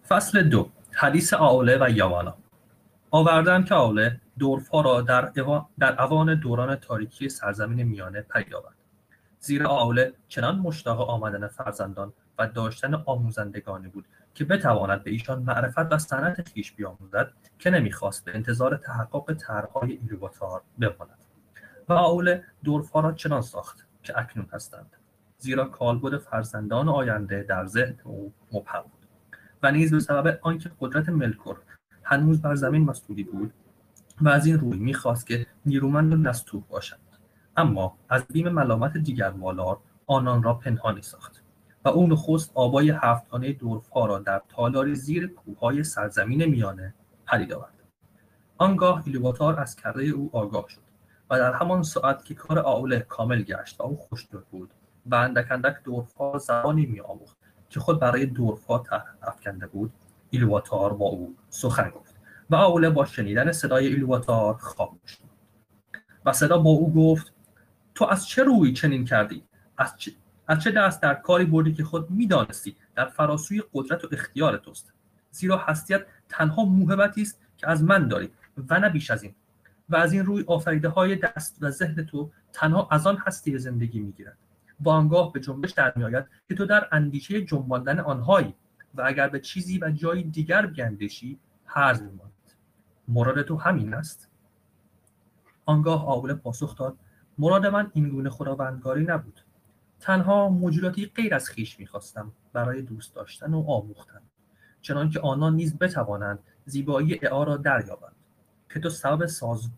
فصل 2. حدیث آوله و یاوانا. آوردند که آوله دورفا را در اوان دوران تاریکی سرزمین میانه پدید آورد. زیرا آوله چنان مشتاق آمدن فرزندان و داشتن آموزندگانی بود که بتواند به ایشان معرفت و صنعت خویش بیاموزد که نمیخواست به انتظار تحقق طرحهای ایلوواتار بماند. و آوله دورفا را چنان ساخت که اکنون هستند، زیرا کالبد فرزندان آینده در ذهن او مبهم بود و نیز به سبب آنکه قدرت ملکور هنوز بر زمین مسئولی بود و از این روی میخواست که نیرومند و نستوه باشند. اما از بیم ملامت دیگر والار آنان را پنهانی ساخت و او نخست آبای هفتگانه دورفا را در تالاری زیر کوههای سرزمین میانه پدید آورد. آنگاه ایلوواتار از کره او آگاه شد و در همان ساعت که کار آوله کامل گشت و او خوشنود بود و اندک اندک دورفا زبانی میآموخت که خود برای دورفا طرح افکنده بود، ایلوواتار با او سخن گفت و آوله با شنیدن صدای ایلوواتار خاموش شد و صدا با او گفت: تو از چه روی چنین کردی؟ از چه دست در کاری بردی که خود میدانستی در فراسوی قدرت و اختیار توست؟ زیرا هستیت تنها موهبتی است که از من داری و نه بیش از این، و از این روی آفریده های دست و ذهن تو تنها از آن هستی زندگی میگیرد و آنگاه به جنبش در میآید که تو در اندیشه جنباندن آنهایی و اگر به چیزی و جایی دیگر بیندیشی هرز میماند. مراد تو همین است؟ آنگاه آوله پاسخ داد: مراد من این گونه خداوندگاری نبود. تنها موجوداتی غیر از خویش میخواستم برای دوست داشتن و آموختن، چنان که آنان نیز بتوانند زیبایی اعا را دریابند که تو سبب ساز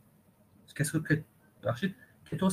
که تو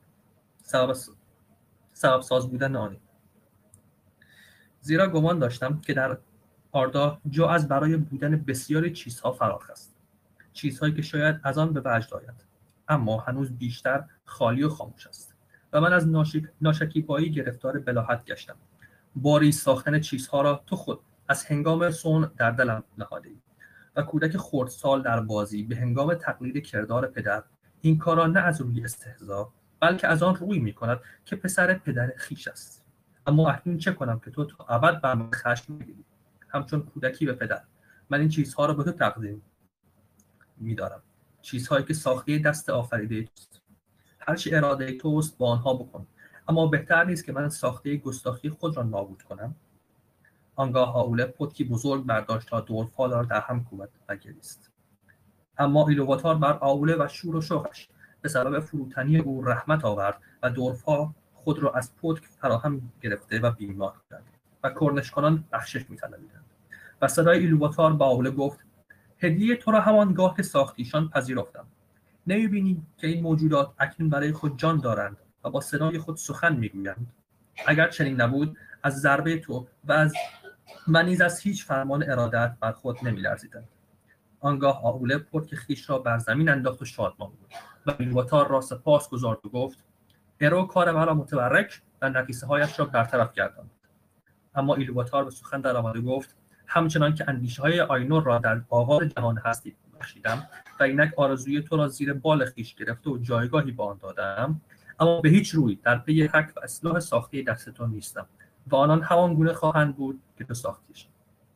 سبب ساز بودن آنی. زیرا گمان داشتم که در آردا جا از برای بودن بسیاری چیزها فراخ است، چیزهایی که شاید از آن به وجد آید، اما هنوز بیشتر خالی و خاموش است و من از ناشکیبایی گرفتار بلاهت گشتم. باری ساختن چیزها را تو خود از هنگام صنع در دلم نهاده‌ای و کودک خردسال در بازی به هنگام تقلید کردار پدر این کار را نه از روی استهزا بلکه از آن روی می‌کند که پسر پدر خویش است. اما اکنون چه کنم که تو تا ابد بر من خشم می‌گیری؟ همچون کودکی به پدر من این چیزها را به تو تقدیم می‌دارم، چیزهایی که ساخته دست آفریده توست. هر چه اراده توست با آنها بکن، اما بهتر نیست که من ساخته گستاخی خود را نابود کنم. آنگاه آوله پتکی بزرگ برداشت تا دورفا را در هم کوبد و گریست. اما ایلوواتار بر آوله و شور و شوقش به سبب فروتنی او رحمت آورد و دورفا خود را از پتک فراهم گرفته و بیمار کرد و کرنشکنان بخشش می‌طلبیدند. و صدای ایلوواتار با آوله گفت: هدیه تو را همانگاه که ساختیشان پذیرفتم. نمی‌بینی که این موجودات اکنون برای خود جان دارند و با صدای خود سخن می‌گویند؟ اگر چنین نبود از ضربه تو و نیز از هیچ فرمان ارادت بر خود نمی‌لرزیدند. آنگاه آوله پتک خویش را بر زمین انداخت و شادمان بود و ایلوواتار را سپاس گزارد و گفت: ارو کار مرا متبرک و نقیصه‌هایش را برطرف گرداند. اما ایلوواتار به سخن درآمد و گفت: همچنان که اندیشه‌های آینور را در آغاز جهان هستی بخشیدم و اینک آرزوی تو را زیر بال خویش گرفته و جایگاهی به آن دادم، اما به هیچ روی در پی حک و اصلاح ساخته دست تو نیستم و آنان همان گونه خواهند بود که تو ساختیشان.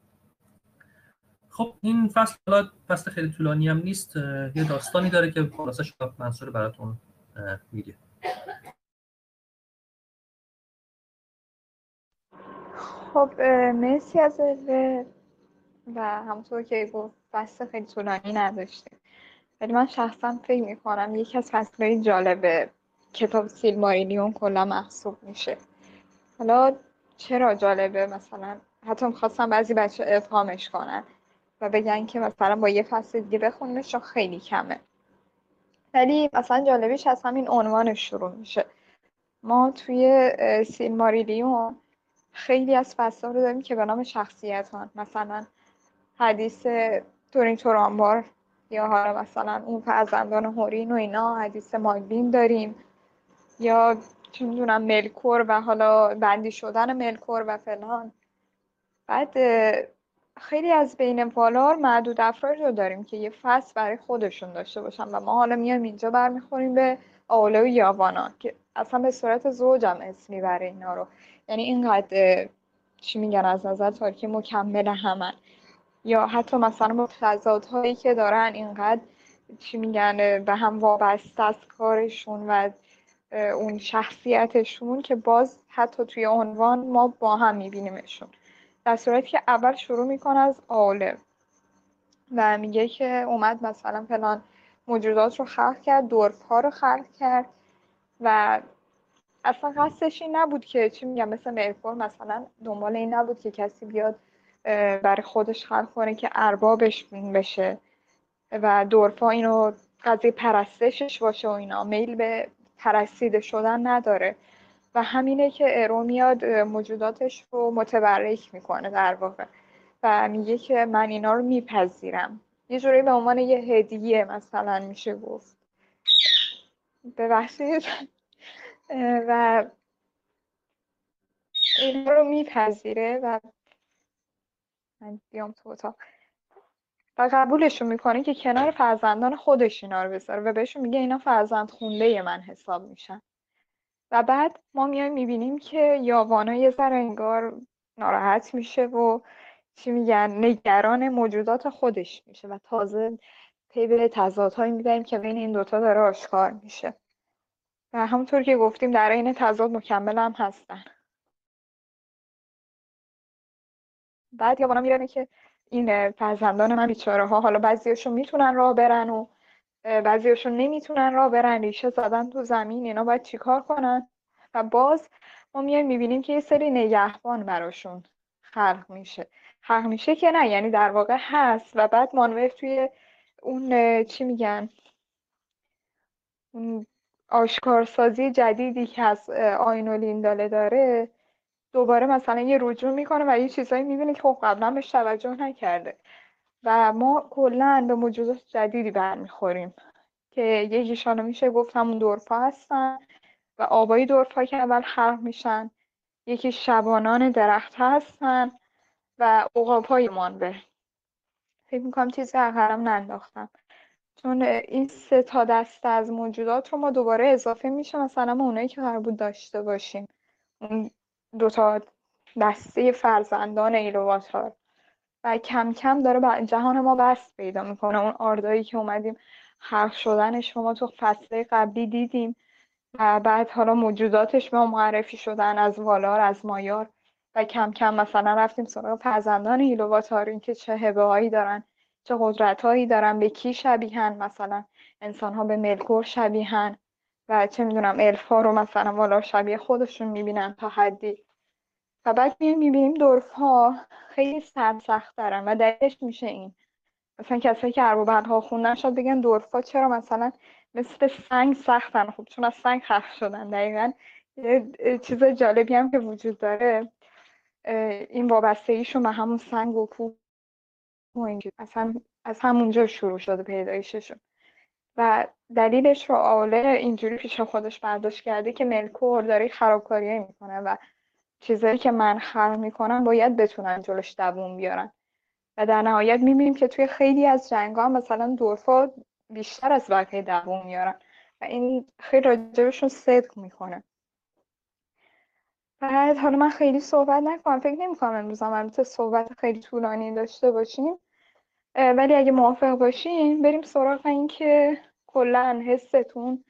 خب این فصل خیلی طولانی هم نیست، یه داستانی داره که خلاصه شما منصور براتون میگه. خب مرسی از و همونطور که گفت فصل خیلی طولانی نداشتیم، ولی من شخصا فکر میکنم یکی از فصلهای جالب کتاب سیلماریلیون کلا محسوب میشه. حالا چرا جالبه؟ مثلا حتی میخواستم بعضی بچه افهامش کنن و بگن که مثلا با یه فصل دیگه بخونیمش چون خیلی کمه، ولی مثلا جالبیش از همین عنوانش شروع میشه. ما توی سیلماریلیون خیلی از فصل‌ها رو داریم که به نام شخصیت‌ها، مثلا حدیث تورین تورانبار یا حالا مثلا اون فرزندان هورین و اینا، حدیث ماگلین داریم، یا چه میدونم ملکور و حالا بندی شدن ملکور و فلان. بعد خیلی از بین والار معدود افراد رو داریم که یه فصل برای خودشون داشته باشن و ما حالا میایم اینجا برمیخوریم به آوله و یاوانا که اصلا به صورت زوج هم اسمی برای اینا رو، یعنی اینقدر چی میگن از نظر تاریخی مکمل همن یا حتی مثلا با تضادهایی که دارن اینقدر چی میگن به هم وابسته از کارشون و اون شخصیتشون که باز حتی توی عنوان ما با هم میبینیمشون، در صورتی که اول شروع میکنه از آوله و میگه که اومد مثلا فلان موجودات رو خلق کرد، دورف‌ها رو خلق کرد و اصلا قصدش این نبود که چی میگم مثل مرکور مثلا دنبال این نبود که کسی بیاد برای خودش خلق کنه که اربابش بشه و دورفا اینو قضیه پرستشش باشه و اینا، میل به پرستیده شدن نداره و همینه که ارو میاد موجوداتش رو متبرک میکنه در واقع و میگه که من اینا رو میپذیرم، یه جوری به عنوان یه هدیه مثلا میشه گفت، ببخشید و اینا رو میپذیره و من بیام تو اتاق و قبولشون میکنه که کنار فرزندان خودش اینا رو بذاره و بهشون میگه اینا فرزند خونده من حساب میشن و بعد ما میایم میبینیم که یاوانا یه ذره انگار ناراحت میشه و چی میگن نگران موجودات خودش میشه و تازه پی به تضادهایی میبریم که بین این دوتا داره آشکار میشه و همونطور که گفتیم در این تضاد مکمل هم هستن. بعد یاوانا میرنه که این فرزندان من بیچاره ها حالا بعضیاشون میتونن راه برن و بعضیاشون نمیتونن راه برن، ریشه زدن تو زمین، اینا باید چیکار کنن و باز ما میایم میبینیم که یه سری نگهبان براشون خلق میشه که نه یعنی در واقع هست و بعد مانور توی اون چی میگن اون آشکارسازی جدیدی که از آینولین داره دوباره مثلا یه رجوع میکنه و یه چیزایی میبینه که خب قبلا بهش توجه نکرده و ما کلا به موجودات جدیدی برمیخوریم که یکیش حالا میشه گفت همون دورفا هستن و آبای دورفا که اول خلق میشن، یکی شبانان درخت هستن و عقاب‌های مانور. فکر میکنم چیزی آخرم ننداختم چون این 3 تا دسته از موجودات رو ما دوباره اضافه میشه مثلا ما اونایی که قرار بود داشته باشیم، اون 2 تا دسته فرزندان ایلوواتار و کم کم داره جهان ما بست پیدا میکنه. اون آردایی که اومدیم خلق شدنش ما تو فصل قبلی دیدیم و بعد حالا موجوداتش به ما معرفی شدن از والار از مایار و کم کم مثلا رفتیم سراغ فرزندان ایلوواتار، این که چه هبه هایی دارن چه قدرت هایی دارن، به کی شبیهن، مثلا انسان ها به ملکور شبیهن و چه میدونم الف ها رو مثلا والار شبیه خودشون میبینن تا حدی و بعد میبینیم دورف ها خیلی سرسخت دارن و دلیلش میشه این مثلا کسایی که ارباب‌ها خوندن شاید بگن دورفا چرا مثلا مثل سنگ سختن، خب چون از سنگ خلق شدن. دقیقا یه چیز جالبی هم که وجود داره این وابستگیشون به همون سنگ و کوه و اینجور اصلا از همونجا شروع شده پیدایششون و دلیلش رو آوله اینجوری پیش خودش برداشت کرده که ملکور داره خرابکاریایی میکنه و چیزایی که من خلق میکنم باید بتونن جلوش دووم بیارن و در نهایت میبینیم که توی خیلی از جنگ‌ها مثلا دورفا بیشتر از بقیه دووم میارن و این خیلی راجبشون صدق میکنه. بعد حالا من خیلی صحبت نکنم، فکر نمیکنم امروز هم البته صحبت خیلی طولانی داشته باشیم ولی اگه موافق باشین بریم سراغ این که کلا حستون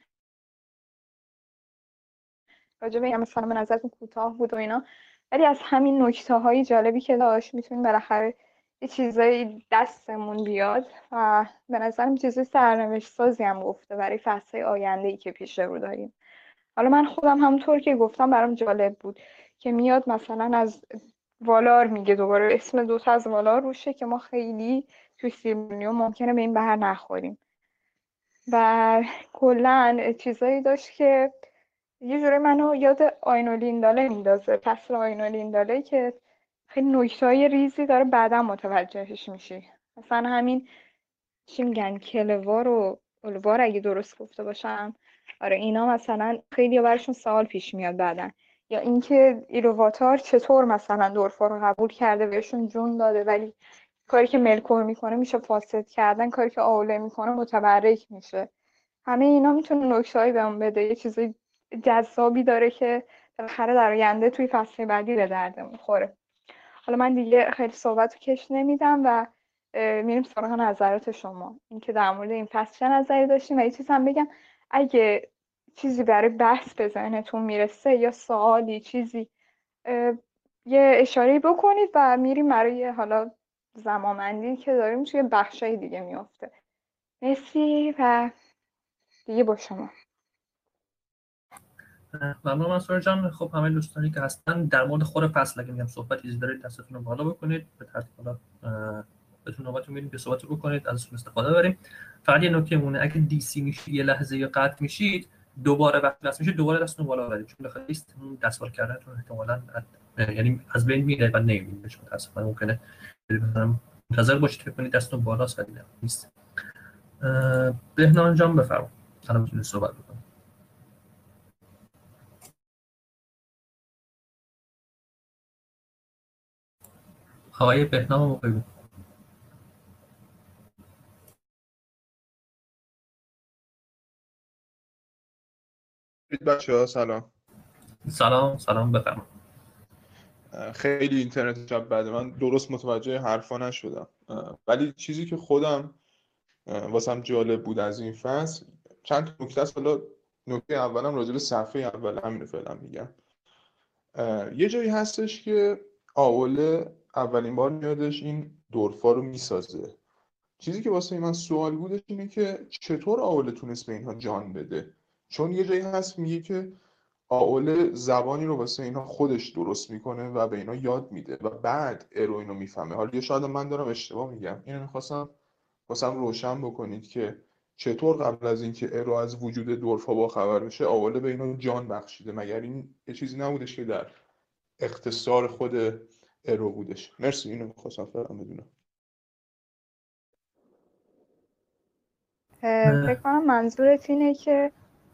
راجب این مثلا به نظرتون کوتاه بود و اینا ولی از همین نکته های جالبی که داشت میتونیم بالاخره یه چیزایی دستمون بیاد و به نظرم چیزی سرنوشت سازی هم گفته برای فصل آینده‌ای که پیش رو داریم. حالا من خودم همونطور که گفتم برام جالب بود که میاد مثلا از والار میگه، دوباره اسم 2 تا از والار روشه که ما خیلی توی سیلمونیوم ممکنه به این بر نخوریم و کلا چیزایی داشت که یه جوری منو یاد آینولین میندازه، فصل آینولین که خیلی نکته‌های ریزی داره بعدا متوجهش میشی، مثلا همین چی میگن کلوار و اولوار اگه درست گفته باشم، آره اینا مثلا خیلی براشون سوال پیش میاد بعدن، یا اینکه ایلوواتار چطور مثلا دورفا رو قبول کرده بهشون جون داده ولی کاری که ملکور میکنه میشه فاسد کردن، کاری که آوله میکنه متبرک میشه. همه اینا میتونه نکته‌ای بهمون بده، یه چیزی جذابی داره که بالاخره در آینده توی فصل بعدی به دردمون میخوره. حالا من دیگه خیلی صحبت رو کش نمیدم و میریم سراغ نظرات شما، اینکه در مورد این فصل چه نظری داشتیم. و یه چیز هم بگم، اگه چیزی برای بحث به ذهنتون میرسه یا سوالی چیزی، یه اشاره بکنید و میریم برای حالا زمانبندی که داریم توی بخشای دیگه میافته. مرسی و دیگه با شما. ممنون منصور جان. خب همه دوستانی که هستن در مورد خود فصل اگه میگم صحبت چیزی دارید دستتون رو بالا بکنید، به ترتیب بالا بهتون نوبت میدیم که صحبت بکنید، ازشون استفاده بریم. فقط یه نکته مونه، اگه دی سی میشید یه لحظه یا قطع میشید، دوباره وقتی دست میشید دوباره دستتون بالا ببرید، چون بخاطر لیست دستوار کردنتون احتمالاً یعنی از بین میره و نمیبینید. چون متاسفانه ممکنه منتظر باشید فکر کنید دستتون بالاست ولی نیست. بهنام جان بفرمایید، الان میتونید صحبت بکنید. آقای بهنام موقعی بچه‌ها سلام. سلام بفرمایید. خیلی اینترنت شب بعد من درست متوجه حرفا نشدم، ولی چیزی که خودم واسم جالب بود از این فصل چند تا نکته است. حالا نکته اولم راجع به صفحه اول همین فعلا میگم. یه جایی هستش که آوله اولین بار میادش این دورفا رو میسازه. چیزی که واسه من سوال بودش اینه که چطور آوله تونست به اینها جان بده، چون یه جایی هست میگه که آوله زبانی رو واسه اینها خودش درست میکنه و به اینها یاد میده و بعد ارو اینو میفهمه. حالا یه شاید من دارم اشتباه میگم، اینو میخواستم واسم روشن بکنید که چطور قبل از اینکه ارو از وجود دورفا با خبر بشه آوله به اینها جان بخشیده. مگر این یه چیزی نبودش که در اختصار خود ارو بودش؟ مرسی، اینو میخواستم فقط بدونم. فکر کنم منظورت اینه که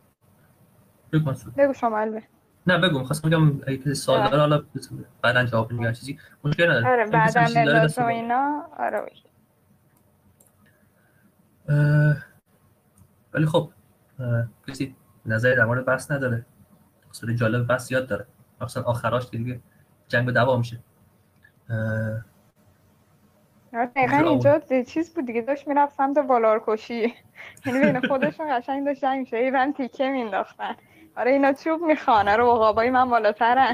بگو شما. البته نه بگو، می‌خواستم بگم اگه کسی سوال داره حالا بعداً جواب میدم، چیزی مشکل نداره. آره اگه کسی بعداً چیزی داره لازم اینا. آره ولی خب کسی نظری در مورد بحث نداره؟ اصلا جالب بحث یاد داره، مثلا آخراش دیگه جنگ و دعوا میشه. دقیقا اینجا چیز بود دیگه، داشت میرفت سمت والارکشی، یعنی بین خودشون قشنگ داشت جنگ میشه، ایران تیکه مینداختن. آره اینا چوب میخوانه رو عقابای من بالاترن.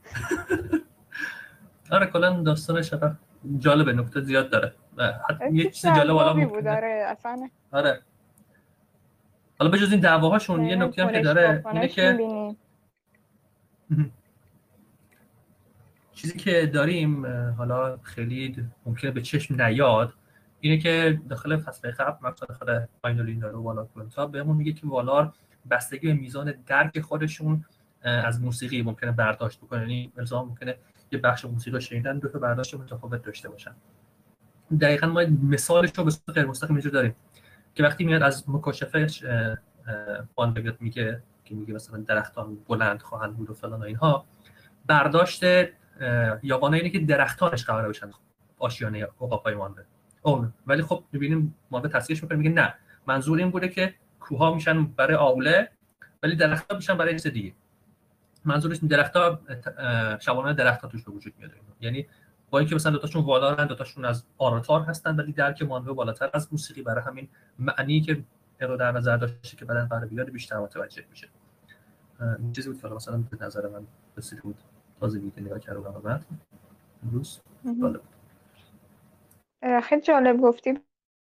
آره کلا داستان شفا جالبه، نکته زیاد داره. حتی یه چیز جالب حالا بود. آره اصلا آره. حالا بجز این دعواهاشون یه نکته هم که داره اینه که چیزی که داریم حالا خیلی ممکنه به چشم نیاد اینه که داخل فصل قبل مثلا داخل فاینال داره والار تا بهمون میگه که والار بستگی به میزان درک خودشون از موسیقی ممکنه برداشت بکنه. یعنی الزام ممکنه یه بخش موسیقی رو شنیدن دو تا برداشت متفاوت داشته باشن. دقیقاً ما مثالش رو به صورت غیر مستقیم اینجا داریم که وقتی میاد از مکاشفهش وان میگه که میگه مثلا درختان بلند خواهند بود و فلان و اینها، برداشت یابانه اینه که درختانش قراره بشن آشیانه عقاب‌های مانده. ولی خب می‌بینیم مانده تصحیحش می‌کنه، میگه نه منظور این بوده که کوها میشن برای آوله ولی درخت‌ها میشن برای چیز دیگه. منظورش درخت‌ها شبانه درخت‌ها توش به وجود میاد. یعنی با اینکه مثلا دوتاشون والارن، دوتاشون از آراتار هستن، ولی درک مانده بالاتر از موسیقی، برای همین معنی که ارو در نظر داشته که بعدن قرار بیاد بیشتر متوجه میشه. این چیزی بود که مثلا به نظر من رسید بود. تازه میگه نگاه کردم بعد امروز جالب. خیلی جالب گفتی.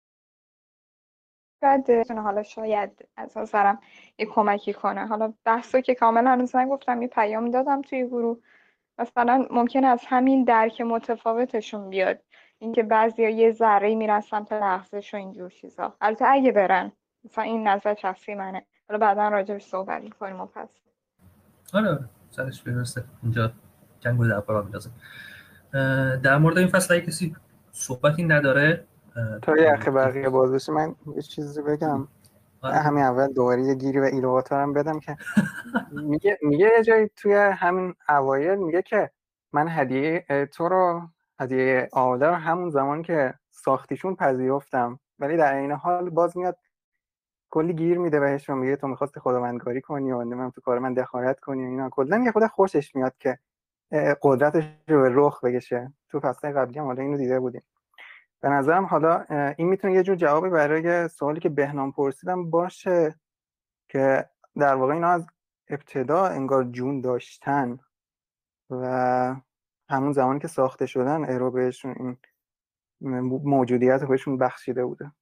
بعد حالا شاید از نظرم یه کمکی کنه. حالا بحثو که کاملا هنوز نگفتم، یه پیام دادم توی گروه. مثلا ممکنه از همین درک متفاوتشون بیاد، اینکه بعضیا یه ذره میرن سمت لغزش و اینجور چیزا. البته اگه برن، مثلا این نظر شخصی منه، حالا بعدا راجعش صحبت می‌کنیم. پس آره سرش برسه اینجا جنگ و دعوا میندازه. در مورد این فصل اگه کسی صحبتی نداره تا یه بقیه باز بشه من یه چیزی بگم. همین اول دوباره یه گیری به ایلوواتورم بدم که میگه یه جایی توی همین اوایل میگه که من هدیه تو رو، هدیه آوله رو همون زمان که ساختیشون پذیرفتم، ولی در این حال باز میاد کلی گیر میده بهش و میگه تو می‌خواستی خداوندگاری کنی و نمیدونم تو کار من دخالت کنی و اینا. کلا میگه خود خوشش میاد که قدرتش رو به رخ بکشه. تو فصل قبلی هم حالا اینو دیده بودیم. به نظرم حالا این میتونه یه جور جوابی برای سوالی که بهنام پرسیدم باشه که در واقع اینا از ابتدا انگار جون داشتن و همون زمانی که ساخته شدن ارو بهشون این موجودیت بهشون بخشیده بوده.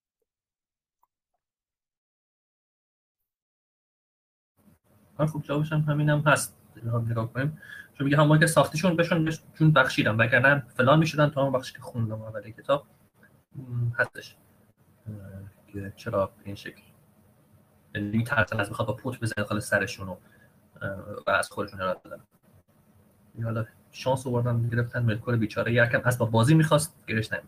خوب جوابش هم همینم هست. نگاه کنیم چون میگه همون که ساختیشون بهشون جون بخشیدن، وگرنه فلان میشدن تا اون بخشی که خوندم اول کتاب هستش که چرا این شکل میترسن از بخواد با پوت بزنه داخل سرشون و از خودشون ارائه بدن. حالا شانس آوردن گرفتن ملکور بیچاره یکم از با بازی میخواست گرش نمید.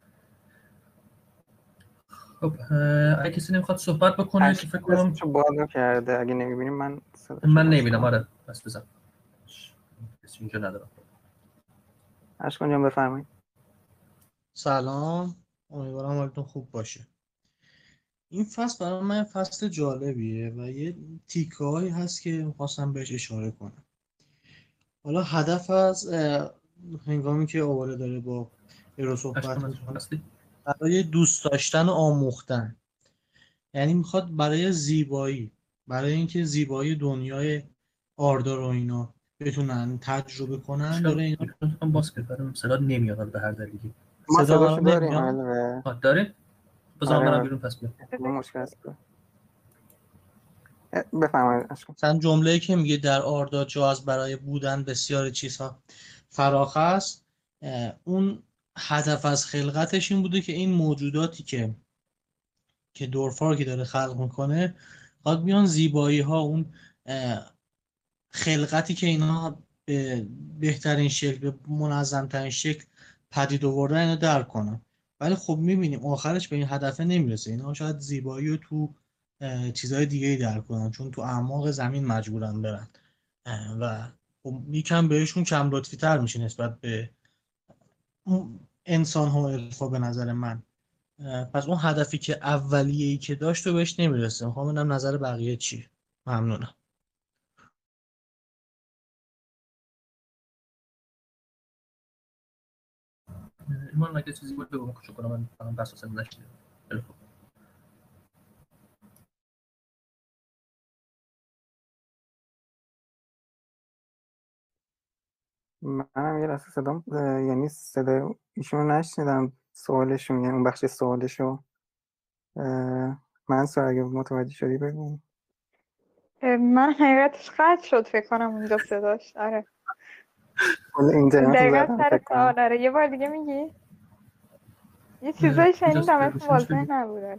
خب اگه کسی نمیخواد صحبت بکنه که فکر کنم چون بالا کرده اگه نمیبینیم من نمیبینم. آره بس بزن کسی اینجا ندارم. اشکان جان بفرمایید. سلام، امیدوارم حالتون خوب باشه. این فصل برای من فصل جالبیه و یه تیکه‌هایی هست که می‌خواستم بهش اشاره کنم. حالا هدف از هنگامی که آواره داره با ارو صحبت می‌کنه برای دوست داشتن و آموختن، یعنی میخواد برای زیبایی، برای اینکه زیبایی دنیای آردار و اینا بتونن تجربه کنن داره اینا میتونم باز کنم. صدا نمیاد به هر دلیلی. ما صدا داریم. داره؟ بذار برم بیرون پس بیام. مشکل است. بفرمایید اشکان. مثلا جمله‌ای که میگه در آردار جا از برای بودن بسیار چیزها فراخ است، اون هدف از خلقتش این بوده که این موجوداتی که دورفارکی داره خلق میکنه خواد بیان زیبایی ها، اون خلقتی که اینا به بهترین شکل، به منظم ترین شکل پدید آوردن اینو درک کنن. ولی خب میبینیم آخرش به این هدف نمیرسه. اینا شاید زیبایی رو تو چیزهای دیگه ای درک کنن چون تو اعماق زمین مجبورن برن و خب یکم بهشون کم لطفی تر میشه نسبت به انسان ها و الفا به نظر من. پس اون هدفی که اولیه‌ای که داشت و بهش نمیرسه. میخوام ببینم نظر بقیه چیه. ممنونم. ایمان اگه چیزی بود بگو کوچو کنم من فقط بس واسه نشیدم. خیلی خوب. منم یه لحظه صدام یعنی صدای ایشون رو نشنیدم. سوالشون یعنی اون بخش سوالشو من اگه متوجه شدی بگو. من حقیقتش قطع شد فکر کنم اونجا صداش. آره اینترنت رو دقیقا زدم سر فکر کنم. سوال. آره یه بار دیگه میگی؟ یه چیزایی شنیدم اسم واضح نبود.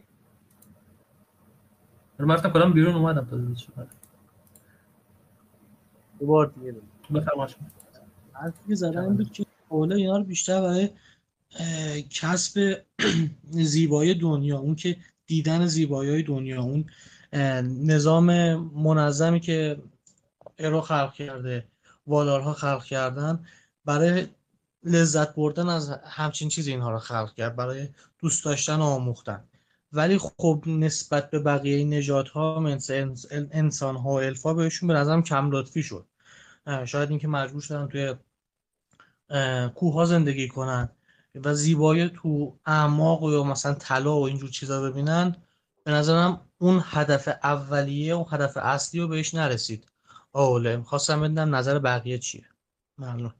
من رفتم کلام بیرون اومدم تا شد. یه بار دیگه بفرمایید. حرفی که زدم این بود که حالا اینا رو بیشتر برای کسب زیبایی دنیا، اون که دیدن زیبایی دنیا، اون نظام منظمی که ارو خلق کرده، والارها خلق کردن، برای لذت بردن از همچین چیزی اینها رو خلق کرد، برای دوست داشتن و آموختن. ولی خب نسبت به بقیه نژادها مثل انسان ها و الفا بهشون به نظرم کم لطفی شد. شاید اینکه مجبور شدن توی کوه ها زندگی کنن و زیبایی تو اعماق و یا مثلا طلا و اینجور چیزا ببینن، به نظرم اون هدف اولیه، اون هدف اصلی رو بهش نرسید. اوله خواستم بدونم نظر بقیه چیه. ممنون.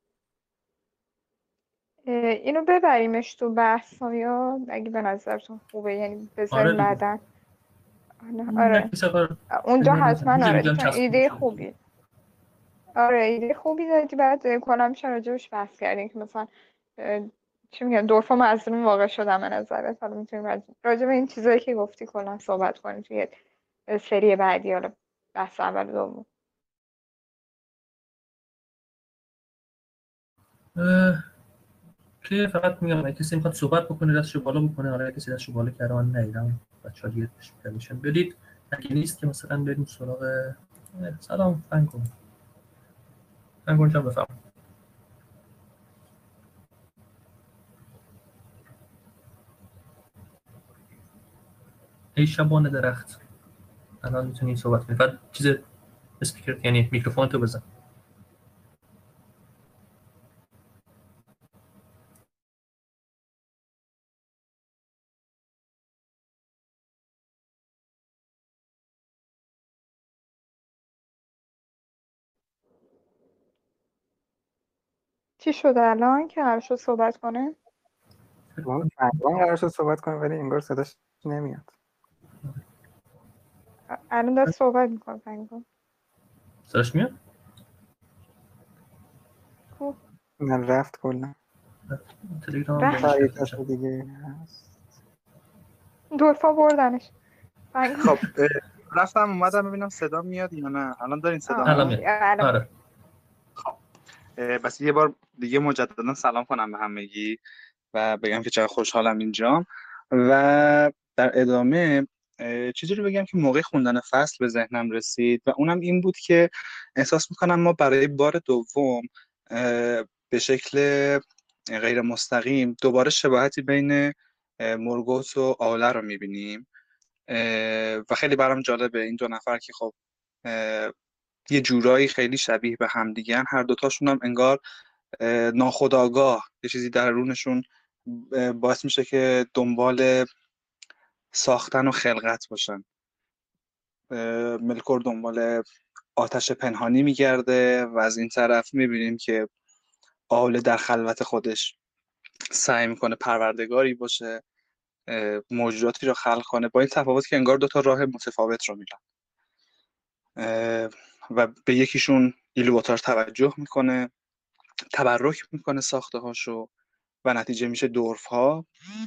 اینو ببریمش تو بحث یا اگه به نظرتون خوبه، یعنی بذاریم بعدن. آره اونجا حتما. آره چون ایده خوبی. آره ایده خوبی دادی. بعد کنم راجبش بحث کردیم که مثلا چی میگم دورفا مظلوم واقع شدن به نظرت. حالا میتونیم راجب این چیزایی که گفتی کلا صحبت کنیم توی سری بعدی. حالا بحث اول و دوم. که فقط میگم اگه کسی میخواد صحبت بکنه دستشو بالا بکنه. آره کسی دستشو بالا کرده من ندیدم. بچه‌ها دیگه میشن بدید. اگه نیست که مثلا بریم سراغ سلام فنگون جان بفرمایید. ای شبان درخت الان میتونی صحبت کنی. فقط چیز اسپیکر یعنی میکروفون تو بزن. چی شده الان که قرار شد صحبت کنه؟ ما الان قرار شد صحبت کنیم ولی انگار صداش نمیاد. الان داره صحبت میکنه پنگون. صداش میاد؟ کو من رفت کلا. تلگرام رفت. باز یه کرده کس شد. دیگه هست. دورفا بردنش. پنگون. خب رفتم اومدم ببینم صدا میاد یا نه. الان دارین صدا الان اوکی. میاد. الان آره. بس یه بار دیگه مجددا سلام کنم به همگی و بگم که چقدر خوشحالم اینجام. و در ادامه چیزی رو بگم که موقع خوندن فصل به ذهنم رسید و اونم این بود که احساس میکنم ما برای بار دوم به شکل غیر مستقیم دوباره شباهتی بین مورگوت و آوله رو میبینیم و خیلی برام جالبه این دو نفر که خب یه جورایی خیلی شبیه به همدیگن، هر دوتاشون هم انگار ناخودآگاه یه چیزی درونشون باعث میشه که دنبال ساختن و خلقت باشن. ملکور دنبال آتش پنهانی میگرده و از این طرف میبینیم که آوله در خلوت خودش سعی میکنه پروردگاری باشه، موجوداتی رو خلق کنه، با این تفاوت که انگار دوتا راه متفاوت رو میرن و به یکیشون ایلوواتار توجه میکنه، تبرک میکنه ساخته هاشو و نتیجه میشه دورف ها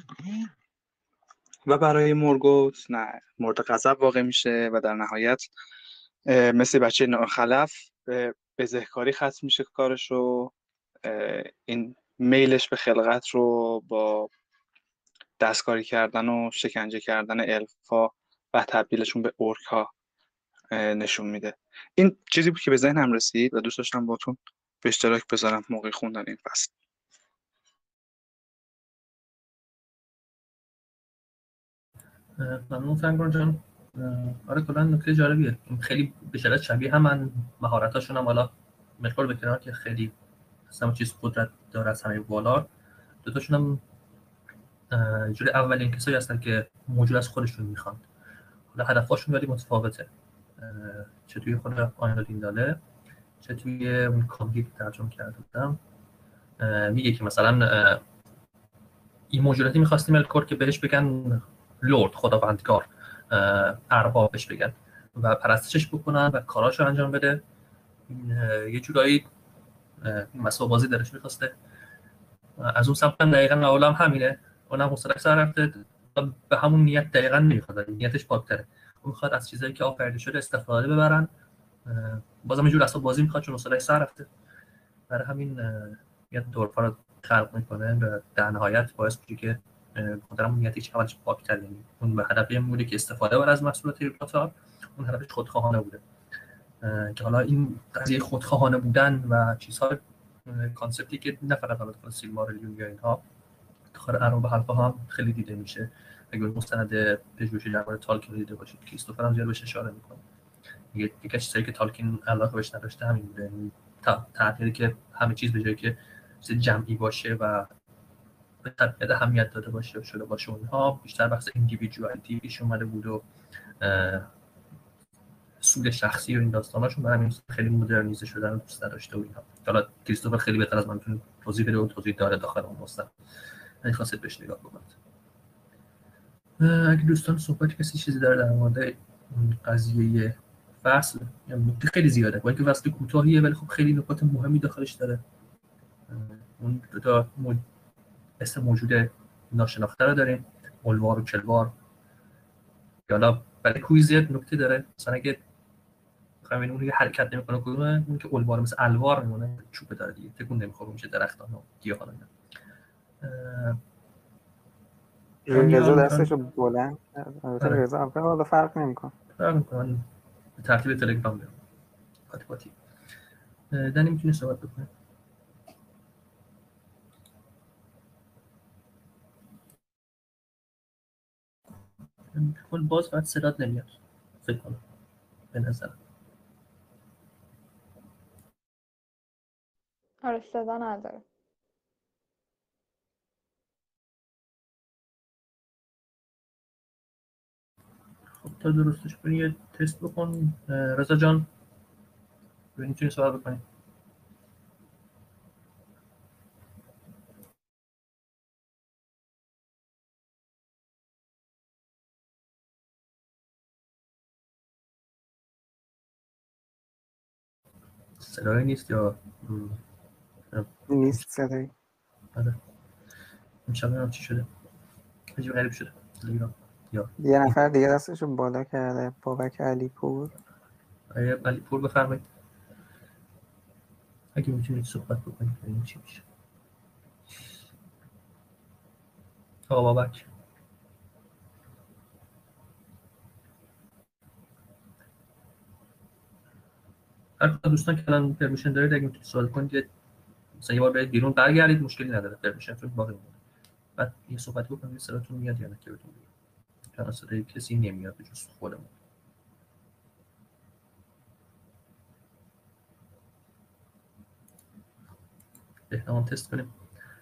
و برای مورگوت نه مورد غضب واقع میشه و در نهایت مثل بچه ناخلف به بزهکاری ختم میشه کارشو. این میلش به خلقت رو با دستکاری کردن و شکنجه کردن الفا و تبدیلشون به اورک ها نشون میده. این چیزی بود که به ذهنم رسید و دوست داشتم باتون به اشتراک بذارم موقع خوندن این فصل. ممنون فنگون جان. آره کلا نکته جالبیه. خیلی به شدت شبیه هم مهارتاشون هم حالا ملکور به کنار که خیلی همه چیز قدرت داره از همه بالا، دوتاشون هم جوری اولین کسایی هستن که موجود از خودشون میخوان. حالا هدفاشون ولی متفاوته، چه توی خود آینا دینداله چه توی اون کاملی که ترجمه کرده بودم. میگه که مثلا این موجوداتی میخواستیم ملکور که بهش بگن لورد، خداوندگار، ارباب بهش بگن و پرستشش بکنن و کاراشو انجام بده. یه جورایی مسابقه بازی درش میخواسته. از اون سمت دقیقاً اولام همینه، اونم حوصله‌اش سر رفته به همون نیت دقیقاً نمیخواد، نیتش پاک‌تره. اون میخواد از چیزایی که آفریده شده استفاده ببرن. بازم یه جور اسباب بازی میخواد چون حوصله‌اش سر رفته. برای همین یه دورفا رو خلق میکنه و در نهایت باعث میشه که خودمون نیتش اولش پاک‌تر، یعنی اون به هدف این بوده که استفاده بره از محصولات ایلوواتار، اون هدفش خودخواهانه بوده. که حالا این قضیه خودخواهانه بودن و چیزها کانسپتی که نه فقط در سیلماریلیون یا اینها کار ارباب حلقه هم خیلی دیده میشه. اگه مستند پژوهشی درباره تالکین دیده باشید کریستوفر هم زیاد بهش اشاره میکنه. یک چیزی که تالکین علاقه بهش نداشته همین بوده، تغییری که همه چیز به جایی که چیز جمعی باشه و به طبیعت اهمیت داده باشه شده باشه، اونها بیشتر بحث ایندیویدوالیتی پیش اومده بود و سود شخصی و این داستاناشون برای همین خیلی مدرنیزه شدن و دوست داشته و اینها. حالا کریستوفر خیلی بهتر از من میتونه توضیح بده و توضیح داره داخل اون مستند، اگه خواستید بهش نگاه بکنید. اگه دوستان صحبت کسی چیزی داره در مورد قضیه فصل، یعنی نکته خیلی زیاده با اینکه فصل کوتاهیه ولی خب خیلی نکات مهمی داخلش داره. اون دو تا اسم موجود ناشناخته رو داریم، اولوار و کلوار. حالا برای کویزیت نکته داره، مثلا اگه بخوایم اون یه حرکت نمیکنه کدومه، اون که اولوار مثل الوار میمونه، چوب داره دیگه، تکون نمیخوره، میشه درختان و گیاهان. رضا دستشو بلند کرد. البته رضا اول حالا فرق نمیکنه. به ترتیب تلگرام بیام قاطی قاطی. دنی میتونی صحبت بکنه؟ میکروفون باز بعد صدات نمیاد فکر کنم به نظرم. آره صدا نداره. خب تا درستش کنی یه تست بکن رضا جان، ببین میتونی صحبت بکنی. صدایی نیست یا نیست صدایی. آره امشب نمیدونم چی شده، عجیب غریب شده تلگرام. یا یه نفر دیگه دستشو بالا کرده، بابک علیپور. آیه علیپور بفرمایید اگه میتونید صحبت بکنید ببینیم چی میشه. آقا بابک هر کدوم دوستان که الان پرمیشن دارید اگه میتونید سوال کنید، مثلا یه بار برید بیرون برگردید، مشکلی نداره، پرمیشنتون باقی میمونه. بعد یه صحبت بکنید صداتون میاد یا نه که بهتون بگم، چون صدای کسی نمیاد به جز خودمون. بهنام تست کنیم.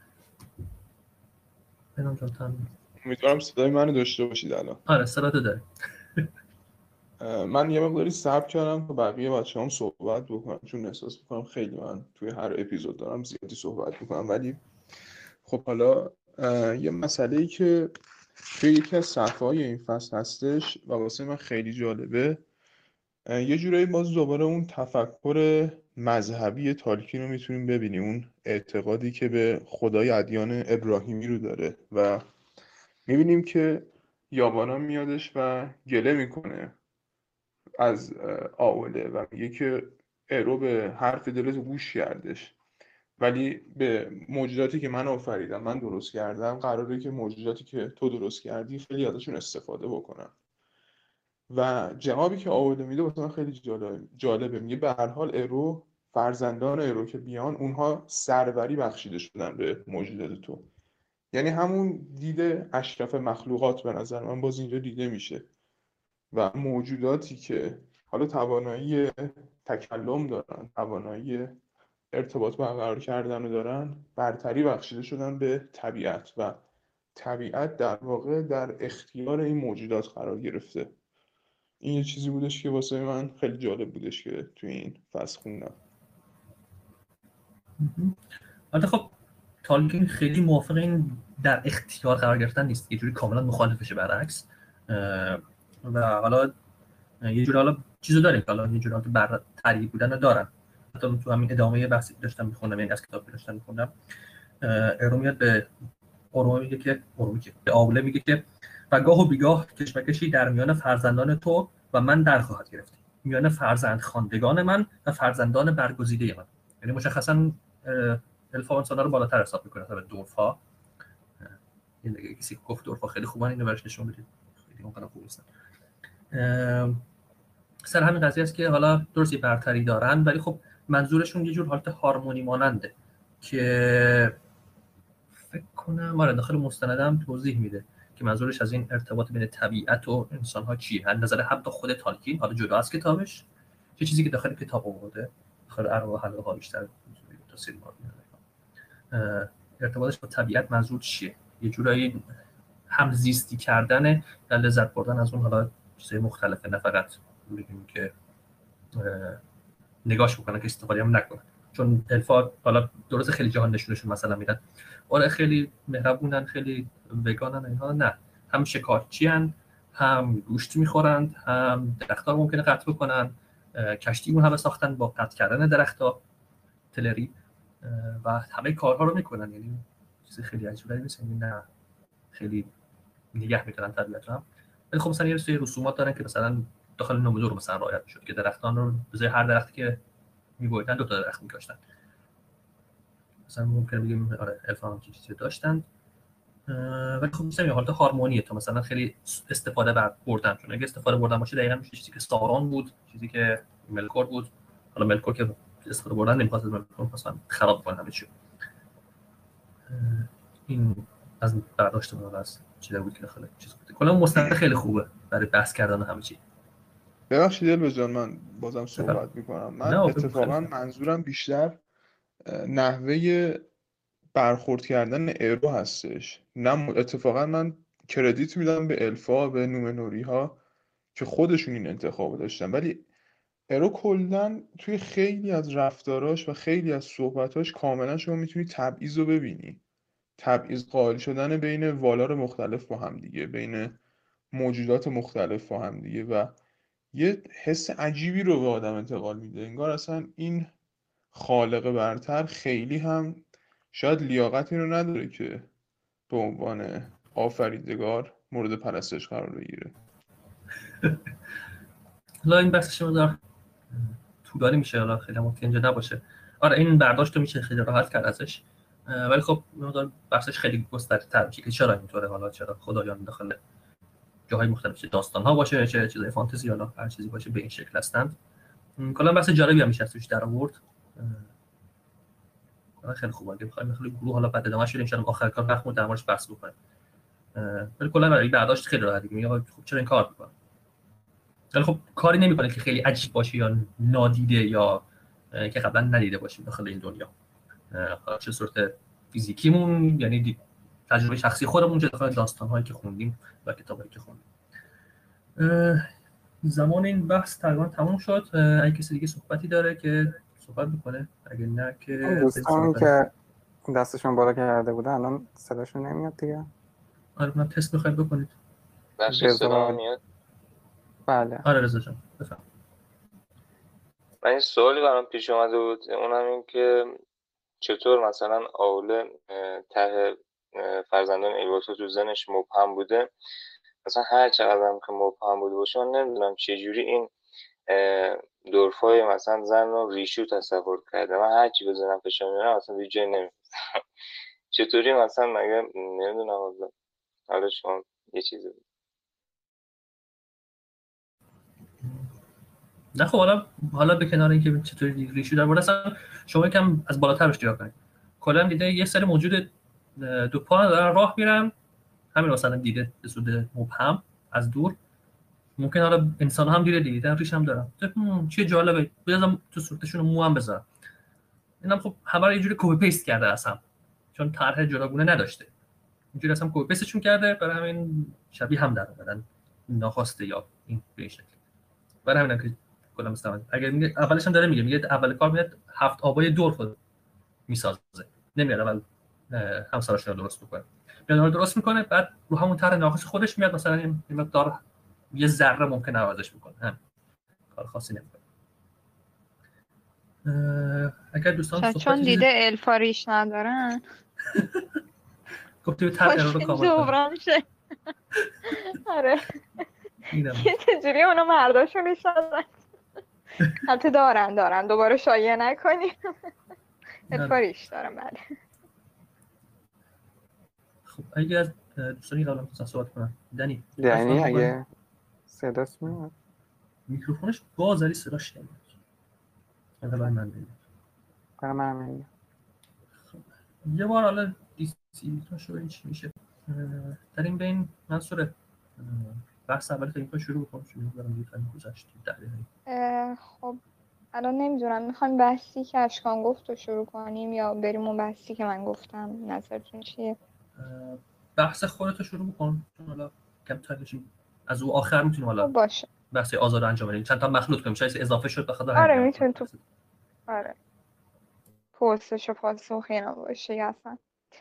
بهنام جان تام. امیدوارم صدای منو داشته باشید الان. آره صداتو داره. من یه مقداری صبر کردم تا بقیه بچه‌هام صحبت بکنم، چون احساس می‌کنم خیلی من توی هر اپیزود دارم زیادی صحبت می‌کنم. ولی خب حالا یه مسئله‌ای که توی یکی از صفحه‌های این فصل هستش و واسه من خیلی جالبه، یه جورایی باز دوباره اون تفکر مذهبی تالکین رو میتونیم ببینیم، اون اعتقادی که به خدای ادیان ابراهیمی رو داره و میبینیم که یابانا میادش و گله میکنه از آوله و میگه که ارو به حرف دلت گوش کردش، ولی به موجوداتی که من آفریدم، من درست کردم، قراره که موجوداتی که تو درست کردی خیلی ازشون استفاده بکنم. و جوابی که آورده میده واسه من خیلی جالبه. میگه به هر حال ارو، فرزندان ارو که بیان، اونها سروری بخشیده شدن به موجودات تو. یعنی همون دید اشرف مخلوقات به نظر من باز اینجا دیده میشه و موجوداتی که حالا توانایی تکلم دارن، توانایی ارتباط برقرار کردن رو دارن، برتری بخشیده شدن به طبیعت و طبیعت در واقع در اختیار این موجودات قرار گرفته. این یه چیزی بودش که واسه من خیلی جالب بودش که توی این فصل خوندم. البته خب تالکین خیلی موافق این در اختیار قرار گرفتن نیست، یه جوری کاملا مخالفشه برعکس. و حالا یه جوری حالا چیزو داریم که حالا یه جوری برتری بودن رو دارن. حتی تو همین ادامه بحثی که داشتم میخوندم، یعنی از کتاب که داشتم میخوندم، ارو میاد به اورومه میگه که به آوله میگه که و گاه و بیگاه کشمکشی در میان فرزندان تو و من در خواهد گرفت، میان فرزند خواندگان من و فرزندان برگزیده من. یعنی مشخصا الفا انسانا رو بالاتر حساب میکنه تا به دورفا. این دیگه کسی گفت دورفا خیلی خوبن، اینو برش نشون بدید، خیلی اونقدر خوب نیستن. سر همین قضیه است که حالا درستی برتری دارن، ولی خب منظورشون یه جور حالت هارمونی ماننده که فکر کنم آره داخل مستندم توضیح میده که منظورش از این ارتباط بین طبیعت و انسان‌ها چیه. از نظر حتی خود تالکین، حالا جدا از کتابش، چه چیزی که داخل کتاب آورده، داخل ارواح حلقه‌ها بیشتر تفسیر می‌کنه. ارتباطش با طبیعت منظور چیه؟ یه جورایی همزیستی کردن و لذت بردن از اون حالا چیزای مختلفه، نه فقط بگیم که نگاش بکنن که استفاده هم نکنن. چون الفا حالا درست خیلی جهان نشونشون مثلا میدن آره خیلی مهربونن، خیلی وگانن، اینها نه، هم شکارچی هن، هم گوشت میخورن، هم درخت‌ها رو ممکنه قطع بکنن، کشتی اون هم ساختن با قطع کردن درخت‌ها، تلری، و همه کارها رو میکنن. یعنی چیز خیلی عجیبی نیست، یعنی نه خیلی نگه می‌دارن طبیعت رو هم. ولی خب مثلا یه سری رسومات دارن که مثلا داخل نومدور مثلا رعایت می‌شد که درختان رو به جای هر درختی که می‌بریدن دو تا درخت می‌کاشتن. مثلا ممکنه بگیم آره الفا هم چیزی داشتن، ولی خب مثلا حالت هارمونیه تا مثلا خیلی استفاده بردن. چون اگه استفاده بردن باشه دقیقاً میشه چیزی که سارون بود، چیزی که ملکور بود. حالا ملکور که استفاده بردن نمی‌خواست از ملکور مثلا خراب کنه همه چی. این از برداشت من از چیزی بود که داخل چیز بود. کلا مستند خیلی خوبه برای بحث کردن همه چی. ببخشید الباز جان من بازم صحبت میکنم. من اتفاقا منظورم بیشتر نحوه برخورد کردن ارو هستش. نه اتفاقا من کردیت میدم به الفا، به نومنوری ها که خودشون این انتخاب داشتن، ولی ارو کلا توی خیلی از رفتاراش و خیلی از صحبتاش کاملا شما میتونی تبعیض رو ببینی، تبعیض قائل شدن بین والار مختلف با هم دیگه، بین موجودات مختلف با هم دیگه، و یه حس عجیبی رو به آدم انتقال میده. انگار اصلا این خالق برتر خیلی هم شاید لیاقتی رو نداره که به عنوان آفریدگار مورد پرستش قرار بگیره. حالا این بحثش مقدار طولانی میشه، حالا خیلی ممکن اینجا نباشه. آره این برداشت رو میشه خیلی راحت کرد ازش، ولی خب مقدار بحثش خیلی گسترده‌تر میشه که چرا اینطوره، حالا چرا خدایان داخل جاهای مختلف، چه داستان ها باشه چه چیزای فانتزی، حالا هر چیزی باشه به این شکل هستند. کلا بحث جالبی هم میشه توش در آورد. خیلی خوبه اگه بخوایم خیلی گروه حالا بعد ادامهش بدیم، شاید آخر کار وقت در موردش بحث بکنیم. ولی کلا برای برداشت خیلی راحتی میگه خب چرا این کار میکنه، ولی خب کاری نمیکنه که خیلی عجیب باشه یا نادیده یا که قبلا ندیده باشیم داخل این دنیا. حالا چه صورت فیزیکیمون، یعنی تجربه شخصی خودمون، چه داخل داستان‌هایی که خوندیم و کتابایی که خوندیم. زمان این بحث تقریبا تموم شد. اگه کسی دیگه صحبتی داره که صحبت بکنه، اگه نه که دوستان که دستشون بالا کرده بودن الان صداشون نمیاد دیگه. آره من تست می‌خواید بکنید. بخشی صدا میاد؟ بله. آره رضا جان بفرمایید. من این سوالی برام پیش اومده بود، اونم این که چطور مثلا آوله ته فرزندان ایواتو تو زنش مبهم بوده، مثلا هر چقدر هم که مبهم بوده باشه من نمیدونم چجوری این دورفای مثلا زن رو ریشو تصور کرده. من هر چی بزنم فشار میارم مثلا دیگه جای نمیاد. چطوری مثلا مگه نمیدونم، حالا شما یه چیزی بود. نه خب حالا به کنار اینکه چطوری ریشو در مورد اصلا شما یکم از بالاتر بهش نگاه کنید. کلا دیده یه سری موجود دو پا دارن راه میرن، همین مثلا دیده به صورت مبهم از دور، ممکن حالا انسان هم دیدن ریش هم دارن، چه جالبه، بذارم تو صورتشون مو هم بذارم. اینم خب همه رو یه جوری کپی پیست کرده اصلا، چون طرح جداگونه نداشته، اینجوری اصلا کپی پیستشون کرده، برای همین شبیه هم در اومدن ناخواسته یا این به این شکل. برای همین که کلا مستعمل اگر میگه اولش هم داره میگه اول کار میاد 7 آبای دور خود میسازه، نمیاد اول همسرش رو درست بکنه، میاد درست میکنه، بعد رو همون طرح ناقص خودش میاد مثلا این مقدار یه ذره ممکن نوازش بکنه، هم کار خاصی نمیکنه. اگر دوستان چون دیده الفا ریش ندارن گفتی طرح رو کامل جبران شه. آره یه چجوری اونا مرداشون ریش ندارن، حتی دارن دوباره شایعه نکنیم. الفا ریش دارن. بله خب اگه از دوستانی قبلا می‌خواستن صحبت کنن، دنی اگه صداش میاد، میکروفونش باز ولی صداش نمیاد. برای من بگید. برای من میاد. یه بار حالا دیسی تا شو چی میشه در این بین منصوره بحث اول تا شروع کنم، شروع کنم یه کمی گذشت خب الان نمیدونم میخوایم بحثی که اشکان گفت رو شروع کنیم یا بریم اون بحثی که من گفتم، نظرتون چیه؟ بحث خودتو شروع کن، حالا کم تایمشیم از او آخر میتونیم حالا باشه بحث آزار انجام بدیم، چند تا مخلوط کنیم، شاید اضافه شد بخاطر آره میتونیم تو آره پرسش و پاسخ اینا باشه اصلا.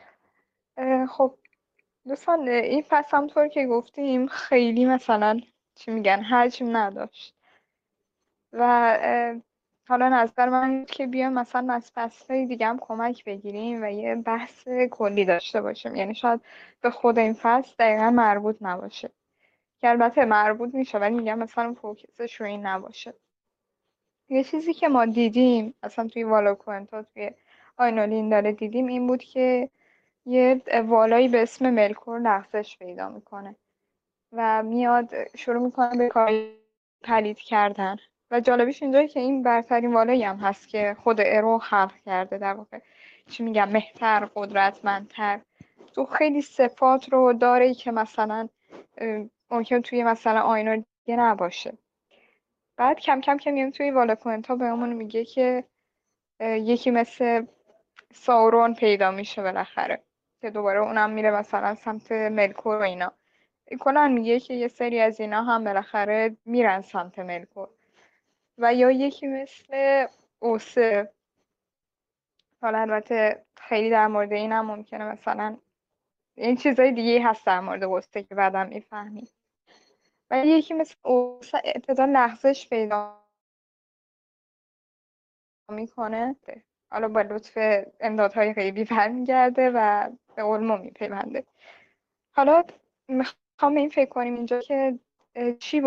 خب دوستان این فصل همطور که گفتیم خیلی مثلا چی میگن حجم نداشت و حالا نظر من که بیایم مثلا از فصل‌های دیگه هم کمک بگیریم و یه بحث کلی داشته باشیم، یعنی شاید به خود این فصل دقیقا مربوط نباشه، که البته مربوط میشه ولی میگم مثلا فوکسش رو این نباشه. یه چیزی که ما دیدیم اصلا توی والاکوئنتا توی آینولین داره دیدیم این بود که یه والایی به اسم ملکور لغزش پیدا میکنه و میاد شروع میکنه به کار پلید کردن و جالبیش اینجایی که این برترین والایی هم هست که خود ارو خلق کرده، در واقع چی میگم مهتر، قدرتمندتر، تو خیلی صفات رو داره که مثلا ممکن توی مثلا آینا دیگه نباشه. بعد کم کم که میام توی والاکوئنتا بهمون میگه که یکی مثل ساورون پیدا میشه بالاخره که دوباره اونم میره مثلا سمت ملکور و اینا، کلا میگه که یه سری از اینا هم بالاخره میرن سمت ملکور. و یا یکی مثل اوسه، حالا البته خیلی در مورد این هم ممکنه مثلا این چیزای دیگه هست در مورد اوسه که بعدم میفهمید. و یکی مثل اوسه ابتدا لغزش پیدا میکنه، حالا با لطف امدادهای غیبی برمیگرده و به علمو میپیونده. حالا میخوام به این فکر کنیم اینجا که چی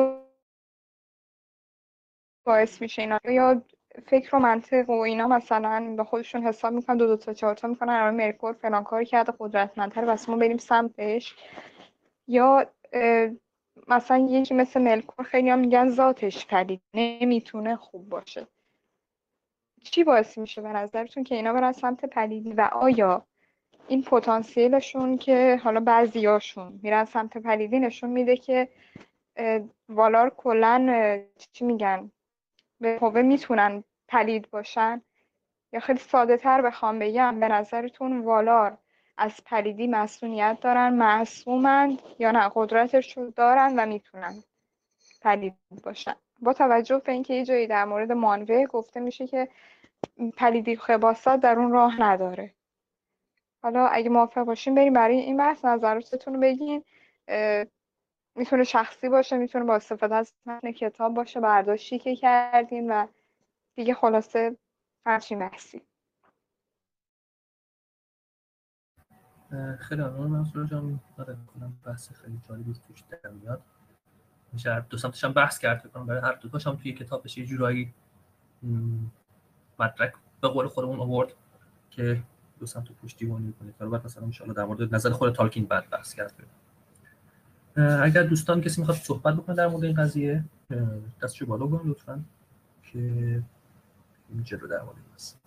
باعث میشه اینا، یا فکر و منطق و اینا مثلا به خودشون حساب میکنن 2 تا 4 تا میکنن الان مرکور فلان کار کرده قدرتمندتره بس ما بریم سمتش، یا مثلا یکی مثل مرکور خیلی هم میگن ذاتش پلید نمیتونه خوب باشه. چی باعث میشه به نظرتون که اینا برن سمت پلیدی و آیا این پتانسیلشون که حالا بعضیاشون میرن سمت پلیدی نشون میده که والار کلن چی میگن به قوه میتونن پلید باشن؟ یا خیلی ساده تر بخوام بگم به نظرتون والار از پلیدی مسئولیت دارن، معصومند، یا نه قدرتش رو دارن و میتونن پلید باشن؟ با توجه به اینکه یه جایی در مورد مانوه گفته میشه که پلیدی خباست در اون راه نداره. حالا اگه موافق باشین بریم برای این بحث نظراتتون رو بگین. میتونه شخصی باشه، میتونه با استفاده از متن کتاب باشه، برداشتی که کردین و دیگه خلاصه همچین بحثی. خیلی ممنون منصور جان. آره کنم بحث خیلی جالبی توش در میاد. میشه هر دو سمتش هم بحث کرد کنم برای هر دو تاش هم توی کتاب بشه یه جورایی مدرک به قول خودمون آورد که دو سمت پشتیبانی کنید. حالا بعد مثلا ان شاء الله در مورد نظر خود تالکین بعد بحث کرد. اگر دوستان کسی میخواد صحبت بکنه در مورد این قضیه دستشو بالا کنید لطفاً که این جلو در مورد این بحث.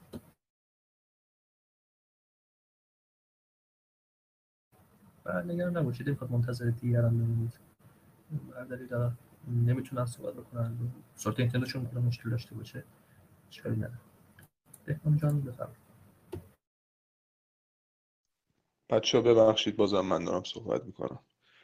بعد نگران نباشید میخواد منتظر دیگران بمونید. برداری دارن نمیتونن صحبت بکنن، صورت اینترنتشون میتونه مشکل داشته باشه، اشکالی نداره. بهمون جان بفرمایید. بچه‌ها ببخشید بازم من دارم صحبت میکنم.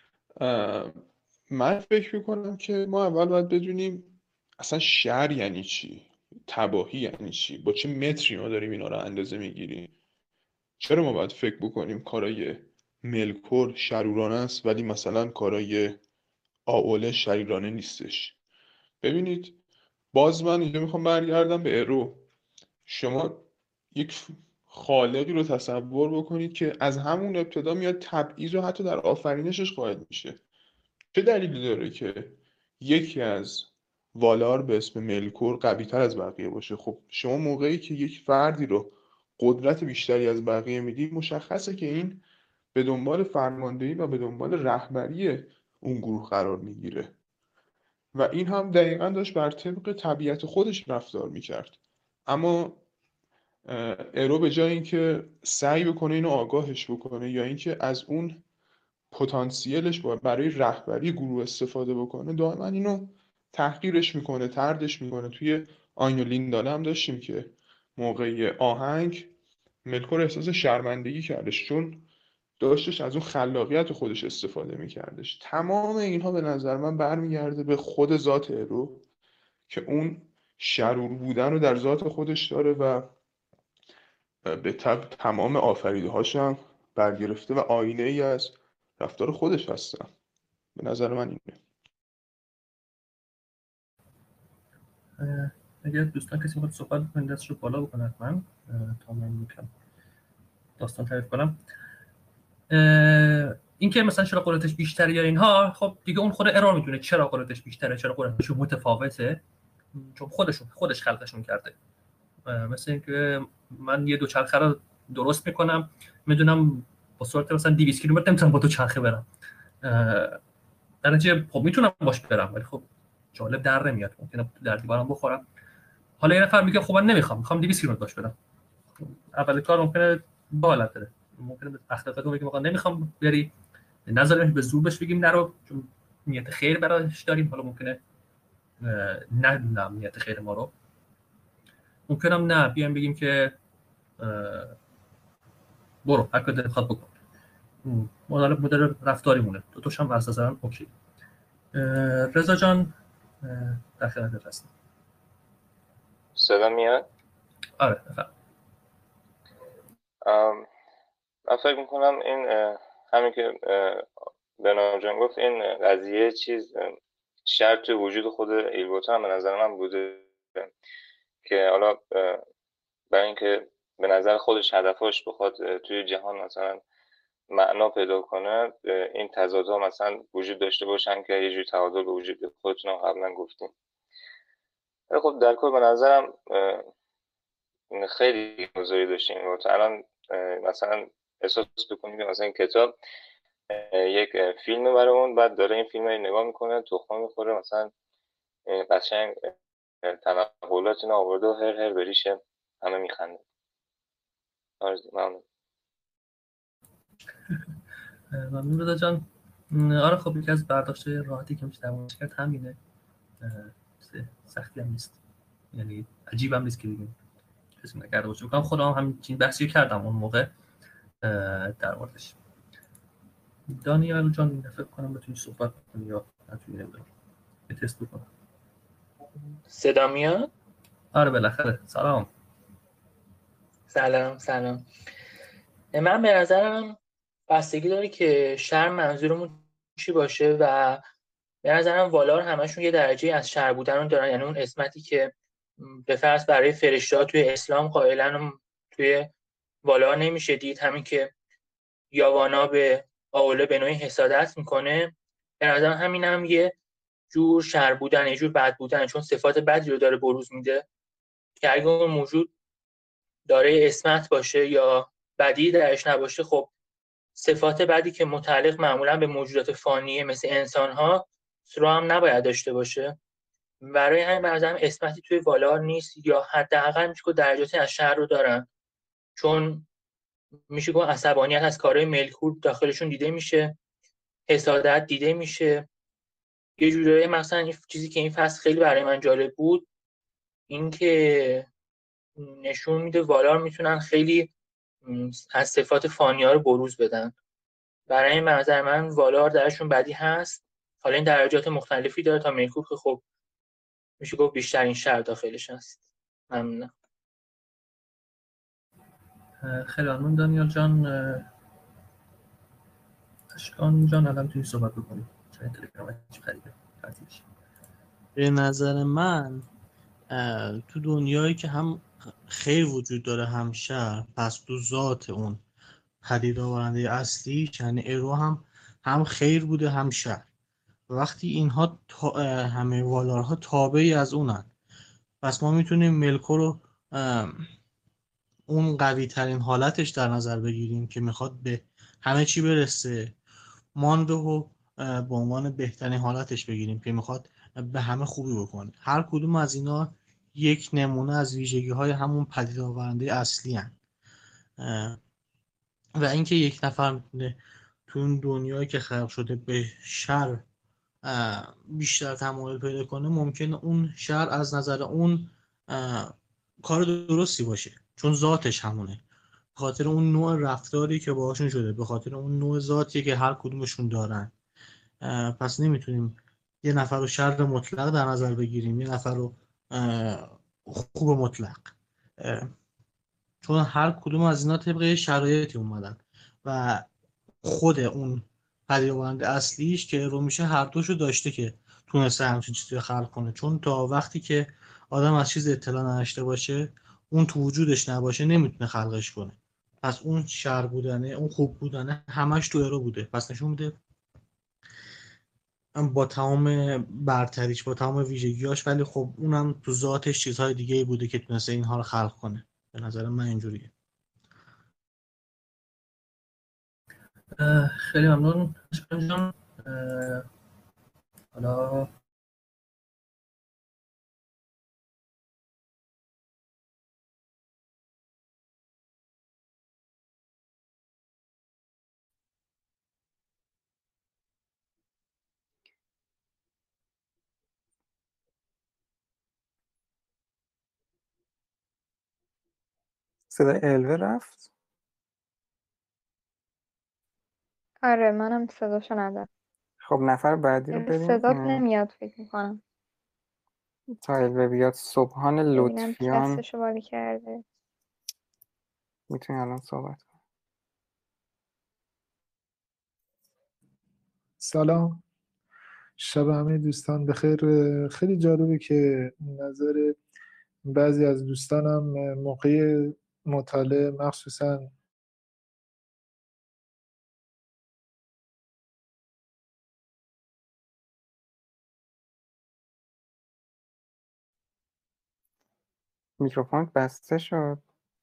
من فکر میکنم که ما اول باید بدونیم اصلا شر یعنی چی، تباهی یعنی چی، با چه متری ما داریم اینا رو اندازه میگیریم. چرا ما باید فکر بکنیم کارای ملکور شرورانه است ولی مثلا کارای آوله شریرانه نیستش؟ ببینید باز من اینجا میخوام برگردم به ارو. شما یک خالقی رو تصور بکنید که از همون ابتدا میاد تبعیض و حتی در آفرینشش قائل میشه. چه دلیلی داره که یکی از والار به اسم ملکور قوی تر از بقیه باشه؟ خب شما موقعی که یک فردی رو قدرت بیشتری از بقیه میدی مشخصه که این به دنبال فرماندهی و به دنبال رهبری اون گروه قرار میگیره و این هم دقیقا داشت بر طبق طبیعت خودش رفتار میکرد. اما ارو به جای اینکه سعی بکنه اینو آگاهش بکنه یا اینکه از اون پتانسیلش برای رهبری گروه استفاده بکنه دائما اینو تحقیرش میکنه، طردش میکنه. توی آین و لینداله هم داشتیم که موقع آهنگ ملکور احساس شرمندگی کردش چون داشتش از اون خلاقیت خودش استفاده میکردش. تمام اینها به نظر من برمیگرده به خود ذات ارو که اون شرور بودن رو در ذات خودش داره و به تمام آفریده‌هاش هم برگرفته و آینه ای از رفتار خودش هستن. به نظر من اینه. اگر دوستان کسی میخواد صحبت بکنه دستش رو بالا بکنه حتما تا من میکنم داستان تعریف کنم. این که مثلا چرا قدرتش بیشتره یا اینها، خب دیگه اون خود ارور میدونه چرا قدرتش بیشتره، چرا قدرتش متفاوته، چون خودش خلقشون کرده. مثل اینکه من یه دوچرخه رو درست میکنم، میدونم با سرعت مثلا 200 کیلومتر نمیتونم با دوچرخه برم، در نتیجه خب میتونم باش برم ولی خب جالب در نمیاد، ممکنه در دیوارم بخورم. حالا یه نفر میگه خب من میخوام 200 کیلومتر باش برم. اول کار ممکنه دو حالت داره، ممکنه به اخلاقت بگیم آقا نمیخوام بری، نذاریم به زور بهش بگیم نرو چون نیت خیر براش داریم. حالا ممکنه نه نیت خیر ما رو، ممکنه هم نه بیایم بگیم که برو هر کاری دلت بخواد بکن. مدل رفتاریمونه. دو تاش هم از نظرم اوکی. رضا جان در خدمتت هستم. صدا میاد؟ آره بفرمایید. من فکر میکنم این همین که بنام جان گفت این قضیه شرط وجود خود ایلبوتا هم به نظر من بوده که حالا برای اینکه به نظر خودش هدفاش بخواد توی جهان مثلا معنا پیدا کنه، این تضادها مثلا وجود داشته باشن که یه جور تعادل به وجود بیاد. خودتون هم قبلا گفتیم. خب در کل به نظرم خیلی گذاری داشتیم و الان مثلا احساس بکنید که مثلا این کتاب یک فیلمه برای اون، بعد داره این فیلم رو نگاه میکنه، تخمه میخوره، مثلا قشنگ تنقلات اینا آورده و هر هر بریشه، همه میخنده. ممنون. ممنون رضا جان. آره خب یکی از برداشت‌های راحتی که میشه درمونش کرد همینه. سختی هم نیست، یعنی عجیب هم نیست که دیگه کسی نکرده باشه. بکنم خودم همین بحثی کردم اون موقع در موردش. دانیال جان فکر کنم بتونی صحبت کنی یا نتونی، نمیدونم، یه تست بکنم. صدا میاد؟ آره بالاخره. سلام. سلام. من به نظرم بستگی داره که شر منظورمون چی باشه و به نظرم والار همشون یه درجه از شر بودن رو دارن. یعنی اون اسمتی که به فرض برای فرشته‌ها توی اسلام قائلن توی والار نمیشه دید. همین که یاوانا به آوله به نوعی حسادت میکنه، به نظرم همین هم یه جور شر بودن، یه جور بد بودن، چون صفات بدی رو داره بروز میده که اگه اون موجود داره اسمت باشه یا بدی درش نباشه، خب صفات بدی که متعلق معمولا به موجودات فانیه مثل انسان‌ها رو هم نباید داشته باشه. برای همین بعضی اسمتی توی والار نیست، یا حداقل میشه که درجاتی از شر رو دارن، چون میشه که عصبانیت از کارهای ملکور داخلشون دیده میشه، حسادت دیده میشه. یه جورایی مثلا این چیزی که این فصل خیلی برای من جالب بود این که نشون میده والار میتونن خیلی از صفات فانی‌ها رو بروز بدن. برای این منظر من والار درشون بدی هست. حالا این درجات مختلفی داره تا ملکور که خب میشه گفت بیشترین شر داخلش هست. ممنونم. خیلی ممنون دانیال جان. اشکان جان الان توی صحبت بکنیم. چون تلگرام چی خریده تعطیلش. به نظر من تو دنیایی که هم خیر وجود داره هم شر، پس تو ذات اون پدید آورنده اصلی یعنی ارو هم خیر بوده هم شر. وقتی اینها همه والارها تابعی از اونن، پس ما میتونیم ملکو رو اون قوی ترین حالتش در نظر بگیریم که میخواد به همه چی برسه، ماندو به عنوان بهترین حالتش بگیریم که میخواد به همه خوبی بکنه. هر کدوم از اینا یک نمونه از ویژگی های همون پدید آورنده اصلی هن. و اینکه یک نفر میتونه تو اون دنیایی که خلق شده به شر بیشتر تمایل پیدا کنه، ممکنه اون شر از نظر اون کار درستی باشه، چون ذاتش همونه، به خاطر اون نوع رفتاری که باهاشون شده، به خاطر اون نوع ذاتی که هر کدومشون دارن. پس نمیتونیم یه نفر رو شر مطلق در نظر بگیریم، یه نفر رو خوب مطلق، چون هر کدوم از اینا طبق شرایطی اومدن و خود اون پدیدآورنده اصلیش که رو میشه هر دوشو داشته که تونسته همچین چیزی رو خلق کنه. چون تا وقتی که آدم از چیز اطلاع نداشته باشه، اون تو وجودش نباشه، نمیتونه خلقش کنه. پس اون شر بودنه، اون خوب بودنه همش تو ارو بوده. پس نشون میده با تمام برتریش، با تمام ویژگیاش، ولی خب اونم تو ذاتش چیزهای دیگه بوده که تونسته اینها رو خلق کنه. به نظر من اینجوریه. خیلی ممنون اشکان جان. حالا صدای الوه رفت. آره منم صداشو ندارم. خب نفر بعدی رو صدات بریم نمیاد فکر میکنم. تا الوه بیاد. سبحان ببینم لطفیان کسشو بالی کرده. میتونی الان صحبت کنی. سلام، شب همه دوستان بخیر. خیلی جالبه که نظر بعضی از دوستانم موقع مطالعه مخصوصا میکروفون بسته شد.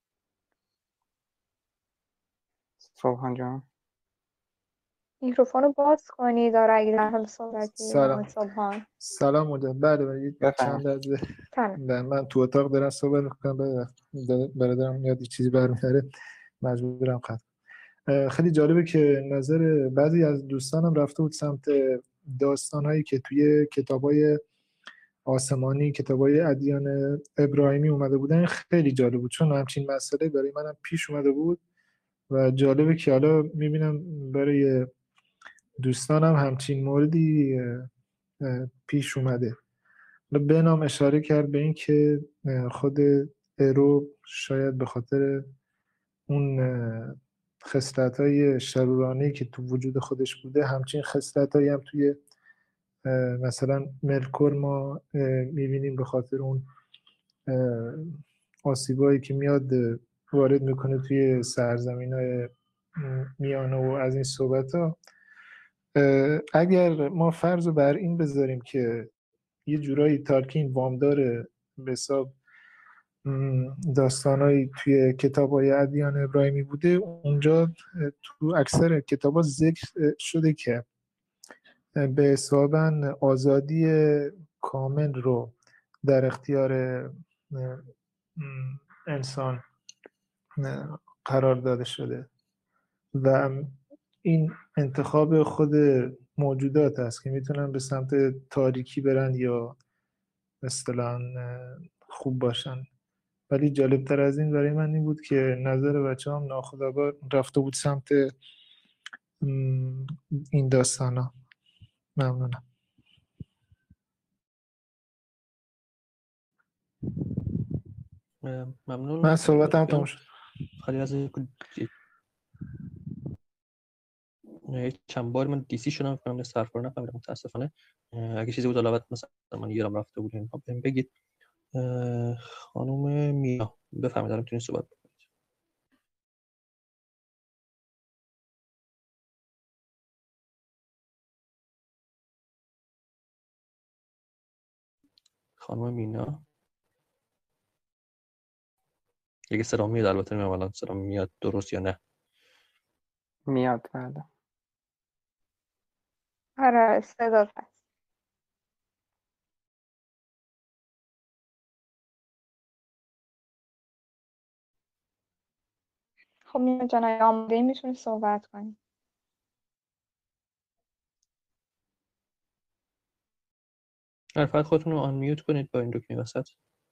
صبحان جان میکروفون رو باز کنید اگه در حال صحبتی سلام مجدد. بله چند لحظه من تو اتاق دارم صحبت میکنم، برادرم میاد چیزی برمیاره مجبورم خط. خیلی جالبه که نظر بعضی از دوستانم رفته بود سمت داستانهایی که توی کتابای آسمانی، کتابای ادیان ابراهیمی اومده بودن. خیلی جالب بود چون همچین مسئله برای منم پیش اومده بود و جالبه که حالا میبینم برای دوستانم همچین موردی پیش اومده. به نام اشاره کرد به این که خود ارو شاید به خاطر اون خصلت‌های شرورانه‌ای که تو وجود خودش بوده همچین خصلت‌هایی هم توی مثلا ملکور ما می‌بینیم به خاطر اون آسیبایی که میاد وارد میکنه توی سرزمین‌های میانه و از این صحبت‌ها. اگر ما فرض رو بر این بذاریم که یه جورایی تالکین وامدار به حساب داستانایی توی کتاب‌های ادیان ابراهیمی بوده، اونجا تو اکثر کتاب‌ها ذکر شده که به حساباً آزادی کامل رو در اختیار انسان قرار داده شده و این انتخاب خود موجودات است که میتونن به سمت تاریکی برن یا اصطلاحاً خوب باشن. ولی جالبتر از این برای من این بود که نظر بچه هم ناخودآگاه رفته بود سمت این داستان ها. ممنونم. ممنون. من صحبتم تموم شد. خیلی از چند بار من دیسی شدم کنم صرف رو نفهمیدم متاسفانه. اگه چیزی بود علاوه مثلا من یادم رفته بود اینها بهم بگید. خانم میا بفرمایید الان میتونید صحبت بکنید. خانم مینا اگه صدا میاد، البته نمیدونم الان صدا میاد درست یا نه. میاد بله. آره صدا هست. خب مینا جان اگه آماده میتونی صحبت کنی. فقط خودتون رو آن میوت کنید با این دکمه وسط.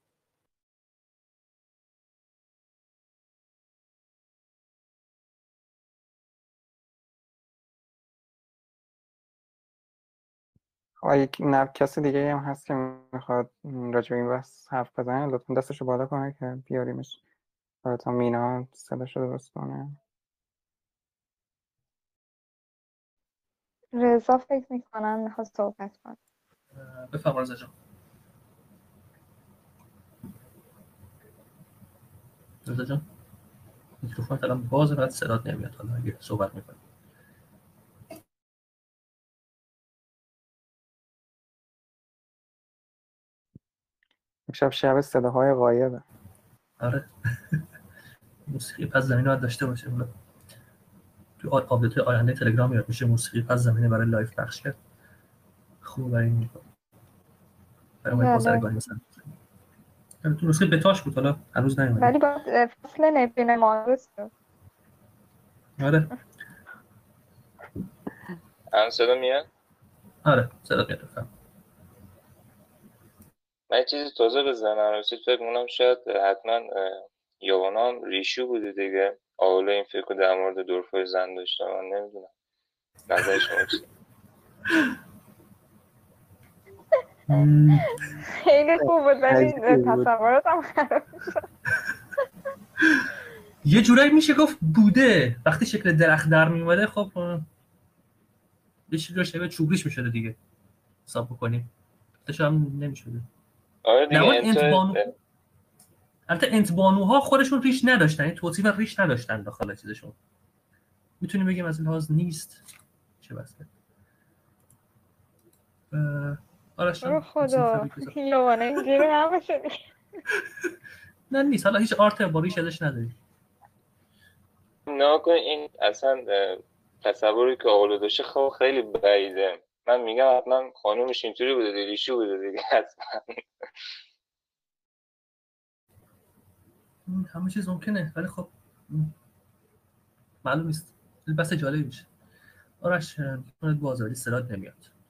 اگه کسی دیگه هم هست که میخواد راجع به این بحث حرف بزنه لطفا دستشو بالا کنه که بیاریمش تا مینا صداشو درست کنه. رضا فکر میکنم میخواد صحبت کنه. بفرما رضا جان. رضا جان میکروفون الان بازه بعد صدات نمیاد حالا اگه صحبت میکنی. امشب شب صداهای غایبه. آره موسیقی پس زمینه باید داشته باشه. تو آپدیت آینده تلگرام میاد میشه موسیقی پس زمینه برای لایف پخش کرد. خوب برای این میکنه. برای ما بازرگانی مثلا تو نسخه بتاش بود حالا هنوز نیومده. ولی با فصل نبینه مانوس بود. آره الان صدا میاد؟ آره صدا میاد. بفهم. من چیزی تازه بزنم رسید فکر کنم شاید حتما یوانا هم ریشو بوده دیگه. آوله این فکر در مورد دورفای زن داشته. من نمیدونم نظر شما چیه؟ خیلی خوب بود ولی تصوراتم خراب شد. یه جورایی میشه گفت بوده. وقتی شکل درخت در میومده خب یه چیزی شبیه چوبریش میشده دیگه حساب بکنیم. تاشم نمیشده. آره دیگه البته انتبانوها خودشون ریش نداشتن، این توصیف ریش نداشتن داخل چیزشون. میتونیم بگیم از این لحاظ نیست. چه بسته خدا یوانه اینجوری نباشه. نه نیست، حالا هیچ آرت با ریش ازش نداریم. نه این اصلا تصوری که آقا داشته خیلی بعیده. من میگم حتما خانومش اینطوری بوده، ریشی بوده دیگه حتما. همه چیز ممکنه ولی خب معلوم نیست. بس جالبی میشه. آرش میتونید بازاری صدات نمیاد.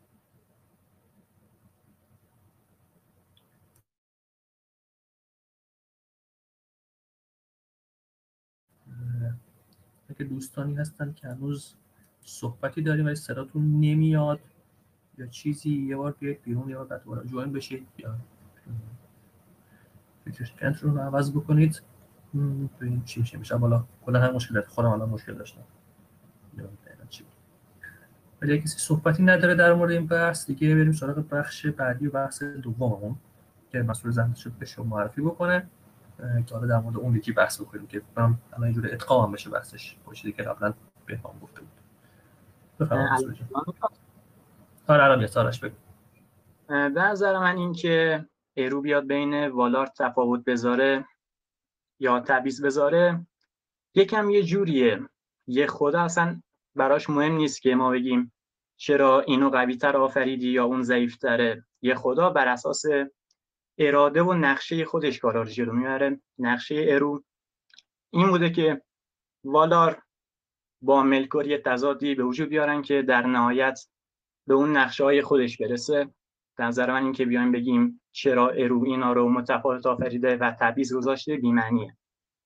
اگه دوستانی هستن که هنوز صحبتی داریم ولی صداتون نمیاد یا چیزی، یه بار بیاید بیرون یا بعد دوباره جوین بشید یا فیچرز رو عوض بکنید ببینیم چی میشه. بالا کلا هم مشکلات خودم الان مشکل داشتم. ولی اگه کسی صحبتی نداره در مورد این بحث دیگه بریم سراغ بخش بعدی و بحث دوممون که مسئول زحمتش رو به شما معرفی بکنه که حالا در مورد اون یکی بحث بکنیم که من الان اینجوری ادغام هم بشه بحثش با چیزی که قبلا بهتام گفته بود. بفرمایید. آره الان میاد آرش بگو. به نظر من این که ارو بیاد بین والار تفاوت بذاره یا تبعیض بذاره یکم یه جوریه. یه خدا اصلا براش مهم نیست که ما بگیم چرا اینو قوی‌تر آفریدی یا اون ضعیف‌تره. یه خدا بر اساس اراده و نقشه خودش کارا رو جلو میبره. نقشه ارو این بوده که والار با ملکور یه تضادی به وجود بیارن که در نهایت به اون نقشه‌های خودش برسه. به نظر من این که بیایم بگیم چرا ارو اینا رو متفاوت آفریده و تبعیض گذاشته بی‌معنیه.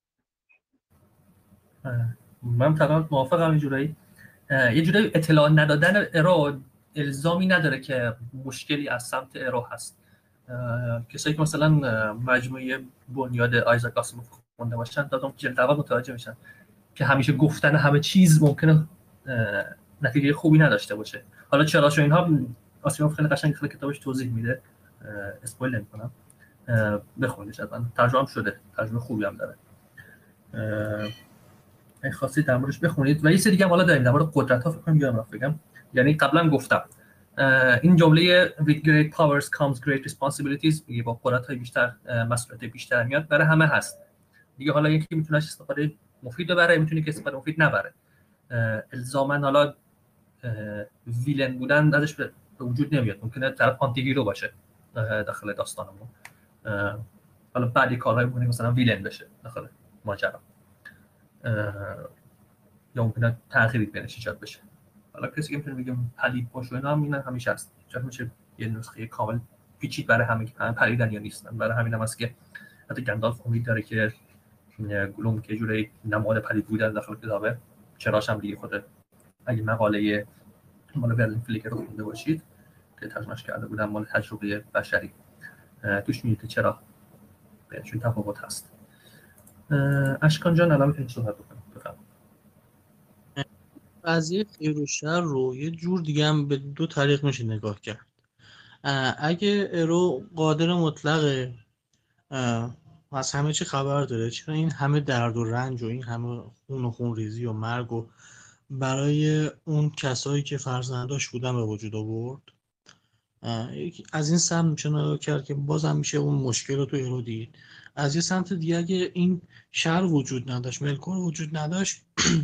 من تقریبا موافقم. اینجوری یه جوری اطلاع ندادن ارو الزامی نداره که مشکلی از سمت ارو هست. کسایی که مثلا مجموعه بنیاد آیزاک آسیموف خونده باشن دادم جلد اول متوجه میشن که همیشه گفتن همه چیز ممکنه نتیجه خوبی نداشته باشه. حالا چرا چون اینها آسیموف خیلی قشنگ خیلی کتابش توضیح میده، اسپویل نمی‌کنم، بخونید. من ترجمه شده، ترجمه خوبی هم داره. این خاصی در موردش بخونید. و یه سری دیگه هم حالا داریم در مورد قدرت‌ها فکر کنم یادم رفت بگم. یعنی قبلا گفتم این جمله with great powers comes great responsibilities میگه با قدرت‌های بیشتر مسئولیت بیشتر میاد، برای همه هست دیگه. حالا یکی میتونه استفاده مفید ببره، میتونه که استفاده مفید نبره. الزاماً حالا ویلن بودن ازش به وجود نمیاد، ممکنه طرف آنتی هیرو باشه داخل داستانمون. حالا بعدی کارهای ممکنه مثلا ویلن بشه داخل ماجرا، یا ممکنه تغییری بینش ایجاد بشه. حالا کسی که میتونه بگیم پلید باشه اینا هم اینا همیشه هست. چون میشه یه نسخه کامل پیچید برای همه که پلیدن یا نیستن. برای همین هم هست که حتی گندالف امید داره که گلوم که جوری نماد پلید بودن داخل کتابه. چراش هم دیگه خود اگه مقاله مال ورلین فلیکر رو خونده باشید که ترجمهش کرده بودن مال تجربه بشری، توش میگه که چرا بینشون تفاوت هست. اشکان جان الان میتونید صحبت بکنید. بفرمایید. قضیه خیر و شر رو یه جور دیگه هم به دو طریق میشه نگاه کرد. اگه ارو قادر مطلقه از همه چی خبر داره، چرا این همه درد و رنج و این همه خون و خون ریزی و مرگ و برای اون کسایی که فرزنداش بودن به وجود آورد؟ از این سمت میشه نگاه کرد که بازم میشه اون مشکل رو تو ارو دید. از یه سمت دیگه اگه این شر وجود نداشت، ملکور وجود نداشت،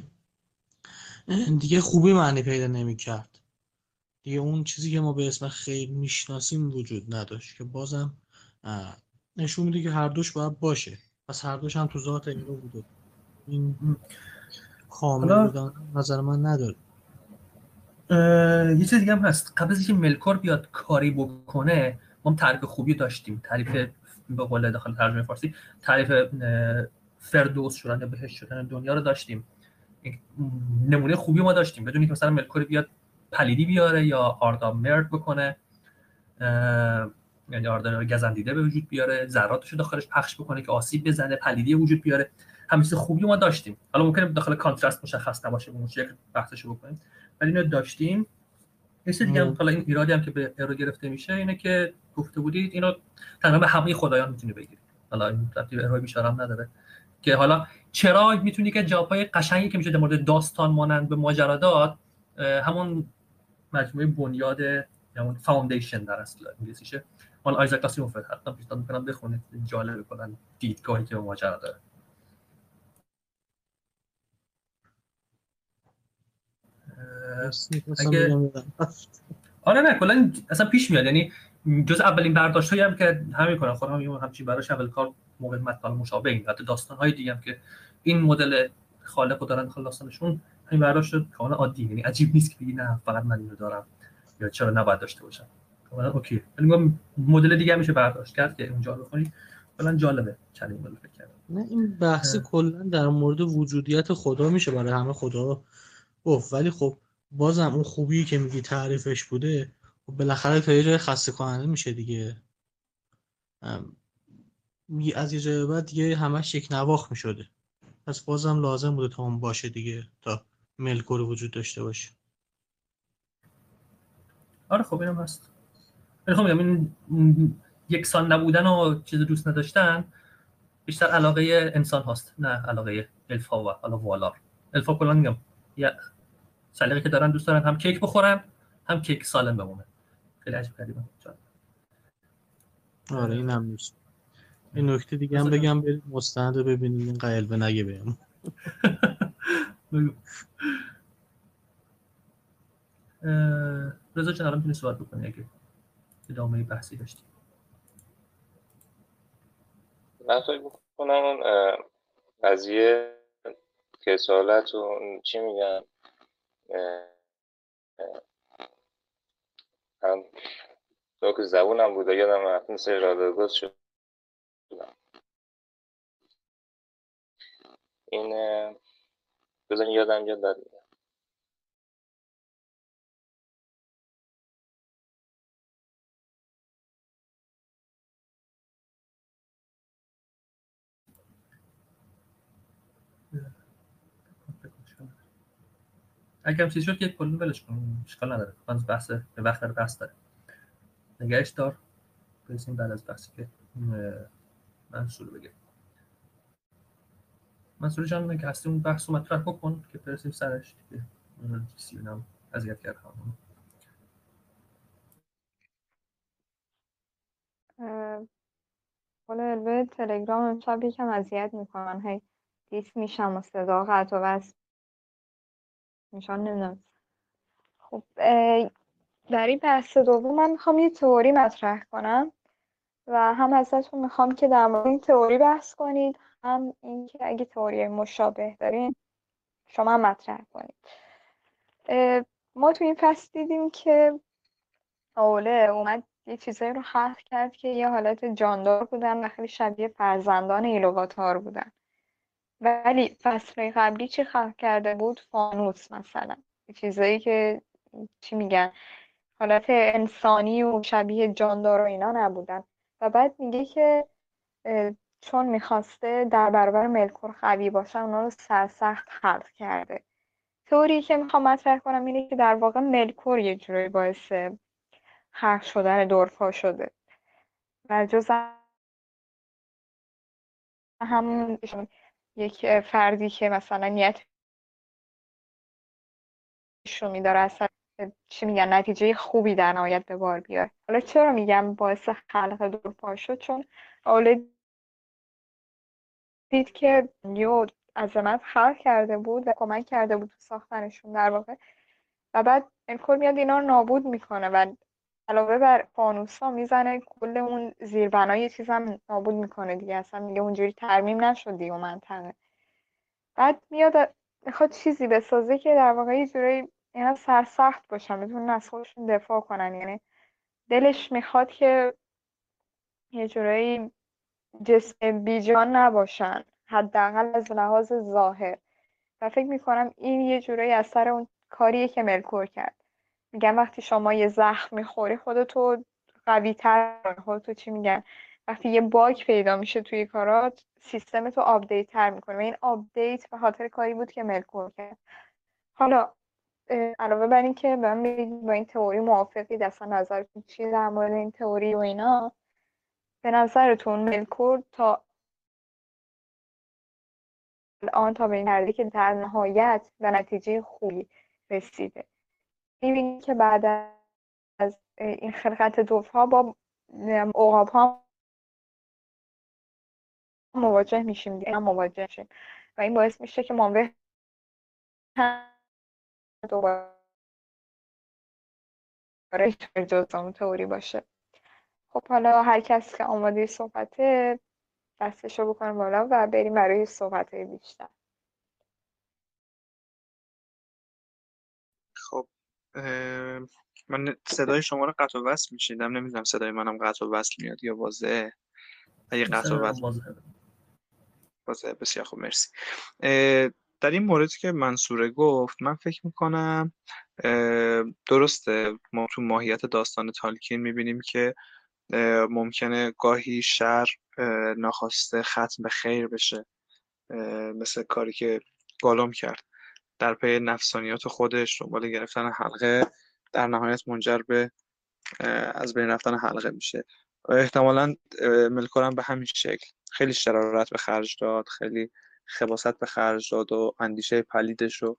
دیگه خوبی معنی پیدا نمی‌کرد. دیگه اون چیزی که ما به اسم خیر میشناسیم وجود نداشت که بازم نشون میده که هر دوش باید باشه. پس هر دوش هم تو ذات ارو بوده. این کامل بودن نظر من نداره. یه چیز دیگه هم هست. قبل از اینکه ملکور بیاد کاری بکنه ما تعریف خوبی داشتیم. تعریف به قول داخل ترجمه فارسی تعریف فردوس شدن یا بهشت شدن دنیا رو داشتیم. نمونه خوبی ما داشتیم بدون اینکه مثلا ملکور بیاد پلیدی بیاره یا آردا مرد بکنه، یعنی آردا گزندیده به وجود بیاره، ذراتش رو داخلش پخش بکنه که آسیب بزنه، پلیدی وجود بیاره. همین چیز خوبی ما داشتیم. حالا ممکنه داخل کانترست مشخص نباشه، اون چیزی که بحثش بکنیم، ولی اینو داشتیم. یه چیز دیگه هم حالا این ایرادی هم که به ارو گرفته میشه اینه که گفته بودید اینو تقریبا همه خدایان میتونه بگیرید. حالا این ربطی به ارائه بیشتر هم نداره که حالا چرا میتونی که جوابای قشنگی که میشه در مورد داستان مانند به ماجرا داد همون مجموعه بنیاد همون فاوندیشن در اصل انگلیسیشه مال آیزاک آسیموف حتما پیشنهاد میکنم بخونید جالبه کلا دیدگاهی که به ماجرا داره. آره نه کلا اصلا پیش میاد، یعنی جز اولین برداشتایی هم که همین میکنن خودم همچین براش اول کار موقع مطلب مشابه این حتی داستان‌های دیگه هم که این مدل خالقو دارن داخل داستانشون همین برداشت کاملا عادی، یعنی عجیب نیست که بگی نه فقط من اینو دارم یا چرا نباید داشته باشم، کاملا اوکی. ولی مدل دیگه میشه برداشت کرد که اونجا بخونی کلا جالبه چنین مدل فکر کردم. نه این بحث کلا در مورد وجودیت خدا میشه برای همه خدا گفت، ولی خب بازم اون خوبی که میگی تعریفش بوده خب بالاخره تا یه جای خسته کننده میشه دیگه، از یه جای بعد دیگه همش یک نواخت میشده، پس بازم لازم بوده تا اون باشه دیگه تا ملکور وجود داشته باشه. آره خب اینم هست. ولی خب میگم این یکسان نبودن و چیز دوست نداشتن بیشتر علاقه انسان هاست نه علاقه الف ها و حالا والار. الف ها کلا میگم یه سلیقه که دارن دوست دارن هم کیک بخورن هم کیک سالم بمونه. خیلی عجیب غریبه. آره این هم نیست. این نکته دیگه هم بگم برید مستند رو ببینید این قلبه نگه بهم. رضا جان الان میتونی سوال بکنی اگه ادامه بحثی داشتی. من فکر می‌کنم اون قضیه کسالت و چی میگن هم تو که زبونم بود یادم رفت مثل رادگوز شد این بزن یادم یاد داد اگه هم چیز شد که کلون ولش کنیم اشکال نداره، من بحث به وقت داره بحث داره نگهش دار برسیم بعد از بحثی که منصور بگه. منصور جان اگه هستی اون بحث رو مطرح بکن که برسیم سرش دیگه سیونم اذیت کرد همون. حالا البته تلگرام امشب یکم اذیت میکنن هی دیس میشم و صدا قطع و وصل میشن نمیدونم. خب در این بحث دوم من میخوام یه تئوری مطرح کنم و هم ازتون میخوام که در مورد این تئوری بحث کنید، هم اینکه اگه تئوری مشابه دارین شما مطرح کنید. ما تو این فصل دیدیم که اوله اومد یه چیزایی رو خلق کرد که یه حالت جاندار بودن و خیلی شبیه فرزندان ایلوواتار بودن، ولی فصل قبلی چی خلق کرده بود؟ فانوس مثلا، چیزایی که چی میگن حالت انسانی و شبیه جاندار و اینا نبودن. و بعد میگه که چون میخواسته در برابر ملکور قوی باشن اونا رو سرسخت خلق کرده. تئوری که میخوام مطرح کنم اینه که در واقع ملکور یه جوری باعث خلق شدن دورفا شده و جز همون یک فردی که مثلا نیتش رو میداره اصلا چی میگن نتیجه خوبی در نهایت به بار بیاره. حالا چرا میگم باعث خلق دورفا شد؟ چون اوله دید که یو عظمت خلق کرده بود و کمک کرده بود تو ساختنشون در واقع، و بعد ملکور میاد اینا رو نابود میکنه و علاوه بر فانوسا میزنه کل اون زیربنای چیز هم نابود میکنه دیگه، اصلا میگه اونجوری ترمیم نشد دیگه منطقه. بعد میاد میخواد چیزی بسازه که در واقع یه جوری اینا سرسخت باشن، بتونن از خودشون دفاع کنن، یعنی دلش میخواد که یه جوری جسم بیجان نباشن حداقل از لحاظ ظاهر. و فکر میکنم این یه جوری اثر اون کاریه که ملکور کرد. میگن وقتی شما یه زخم میخوری خودتو قوی تر، خودتو چی میگن وقتی یه باگ پیدا میشه توی کارات سیستمتو آپدیت تر میکنه و این آپدیت به خاطر کاری بود که ملکور کرد. حالا علاوه بر این که من میگم با این تئوری موافقید، اصلا نظرتون چیه در مورد این تئوری و اینا، به نظرتون ملکور تا الان تا به این نرده که در نهایت به نتیجه خوبی رسیده، می‌بینید که بعد از این خلقت دورف‌ها با عقاب‌ها مواجه میشیم، و این باعث میشه که مانوه دوباره جز اون تئوری باشه. خب حالا هر کس که آماده صحبته دستشو بکنه بالا و بریم برای صحبت‌های بیشتر. خب من صدای شما رو قطع و وصل میشیدم، نمیدونم صدای منم قطع و وصل میاد یا واضحه. اگه قطع و وصل واضحه بسیار خوب، مرسی. در این موردی که منصوره گفت، من فکر میکنم درسته، ما تو ماهیت داستان تالکین میبینیم که ممکنه گاهی شر ناخواسته ختم به خیر بشه، مثل کاری که گالوم کرد در پی نفسانیات خودش، دنبال گرفتن حلقه، در نهایت منجر به از بین رفتن حلقه میشه. احتمالاً ملکور هم به همین شکل خیلی شرارت به خرج داد، خیلی خباثت به خرج داد و اندیشه پلیدش رو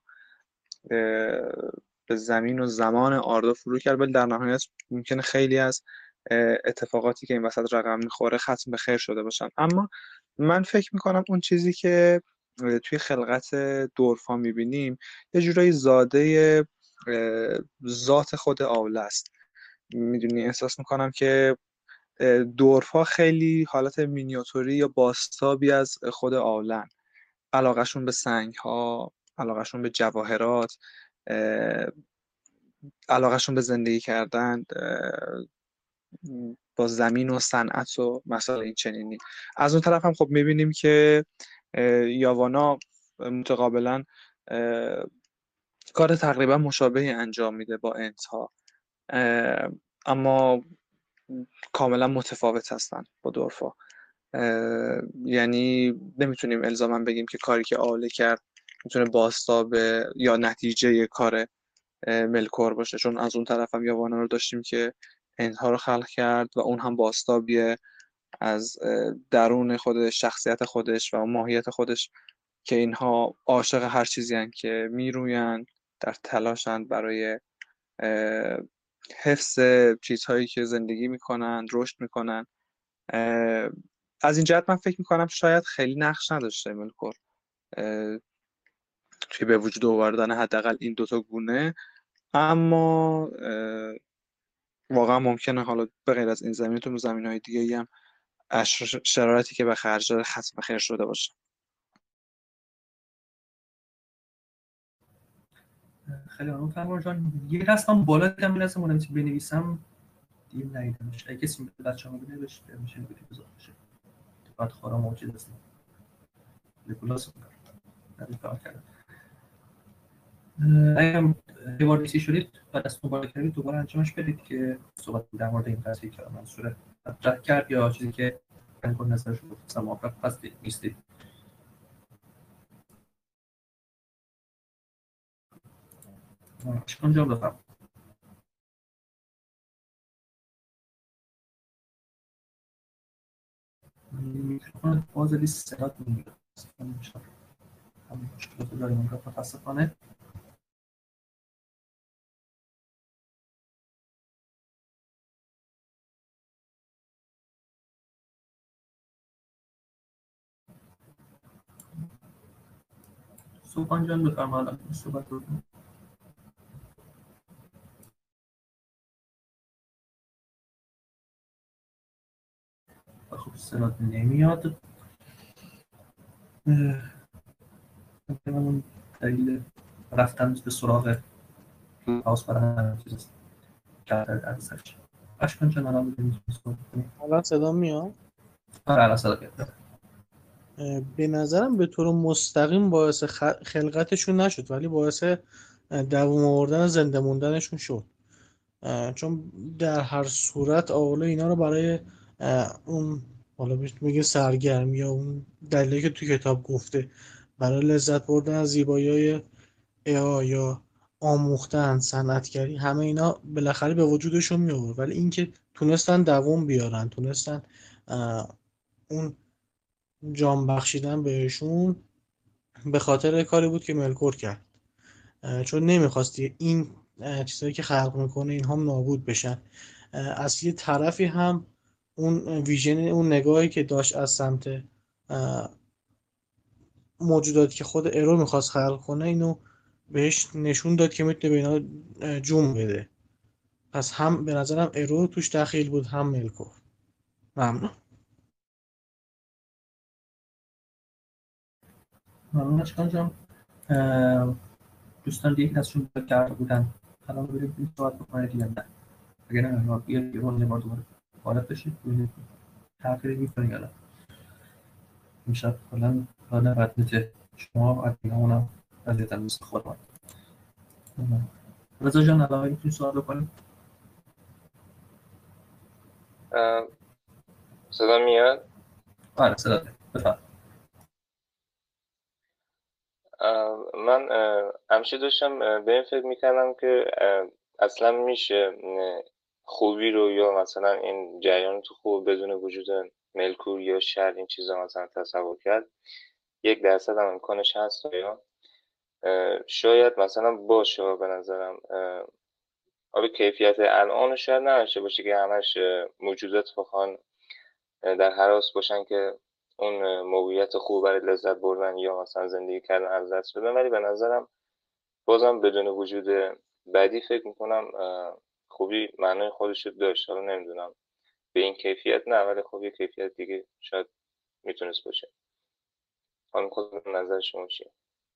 به زمین و زمان آردا فرو کرد، ولی در نهایت ممکنه خیلی از اتفاقاتی که این وسط رقم میخوره ختم به خیر شده باشن. اما من فکر میکنم اون چیزی که توی خلقت دورفا میبینیم یه جورایی زاده ذات خود آوله است. میدونی، احساس میکنم که دورفا خیلی حالت مینیاتوری یا باستابی از خود آولن، علاقهشون به سنگ ها، علاقهشون به جواهرات، علاقهشون به زندگی کردن با زمین و صنعت و مسائل این چنینی. از اون طرف هم خب میبینیم که یاوانا متقابلا کار تقریبا مشابهی انجام میده با انتها، اما کاملا متفاوت هستن با دورفا. یعنی نمیتونیم الزاما بگیم که کاری که آوله کرد میتونه بازتاب یا نتیجه کار ملکور باشه، چون از اون طرف هم یاوانا رو داشتیم که انتها رو خلق کرد و اون هم بازتابیه از درون خودش، شخصیت خودش و ماهیت خودش، که اینها عاشق هر چیزی هستند که میرویند، در تلاشند برای حفظ چیزهایی که زندگی میکنن، رشد میکنن. از این جهت من فکر میکنم شاید خیلی نقش نداشته ملکور توی به وجود آوردن حداقل این دوتا گونه، اما واقعا ممکنه حالا به غیر از این زمین تو زمین‌های دیگه‌ای هم شرارتی که به خرج داره ختم خیر شده باشه. خیلی ممنون فرمان جان. یه دستم بالا دیدم، این لازم مونم بنویسم دیم ندیدمش. اگه کسی بچه‌ها می‌بینه بهش میشه بذار بشه. بعد خورا موجود است. لکولاس کار کرد. اگه دیوارسی شدید بعد از مبارک کردید دوباره انجامش بدید که صحبت در مورد این قضیه که منصوره مطرح کرد یا چیزی که کن نظرش رو گفتم موافق هستید نیستید. اشکان جان بفرم. میکروفون باز لیست صدات میگیره. همین مشکلات داریم متاسفانه. سوپان جان بفرمایید صحبت رو. خب صدات نمیاد. دلیل رفتن به سراغ هاوس برای همه چیز است. اشکان چه نرام بودیم الان صدا میاد؟ آره الان صدا میاد. به نظرم به طور مستقیم باعث خلقتشون نشد، ولی باعث دوام آوردن زنده موندنشون شد، چون در هر صورت آوله اینا رو برای اون حالا میگه سرگرمی یا اون دلیلی که تو کتاب گفته برای لذت بردن از زیبایی‌های یا آموختن، صنعتگری، همه اینا بالاخره به وجودشون می آورد، ولی اینکه تونستن دوام بیارن، تونستن اون جام بخشیدن بهشون به خاطر کاری بود که ملکور کرد، چون نمیخواستی این چیزایی که خلق میکنه اینها نابود بشن. از یه طرفی هم اون ویژن، اون نگاهی که داشت از سمت موجوداتی که خود ارو میخواست خلق کنه، اینو بهش نشون داد که میتونه به اینا جون بده. پس هم به نظرم ارو توش دخیل بود، هم ملکور. ممنون. ممنون اشکان جان. دوستان دیگه ازشون کرده بودن، الان بریم این صحبت بکنید یا نه؟ اگر نه بیاد یه بار دوباره وارد بشید ببینید تغییری میکنه یا نه. میشه کلا حالا ردمت شما ادینا اونم وضعیتم مثل خودم. رضا جان الان میتونی سوال بکنید؟ صدا میاد؟ آره صدا میاد، بفرمایید. من همیشه داشتم به این فکر میکردم که اصلا میشه خوبی رو یا مثلا این جریان تو خوب بدون وجود ملکور یا شر این چیزا مثلا تصور کرد. 1% هم امکانش هست یا شاید مثلا باشه. به نظرم آره کیفیت الان شاید نداشته باشه که همش موجودات بخوان در هراس باشن که اون موقعیت خوب برای لذت بردن یا مثلا زندگی کردن از دست بدن، ولی به نظرم بازم بدون وجود بدی فکر میکنم خوبی معنای خودش رو داشت. حالا نمیدونم به این کیفیت نه، ولی خب یه کیفیت دیگه شاید میتونست باشه. حالا خود نظر شما چیه؟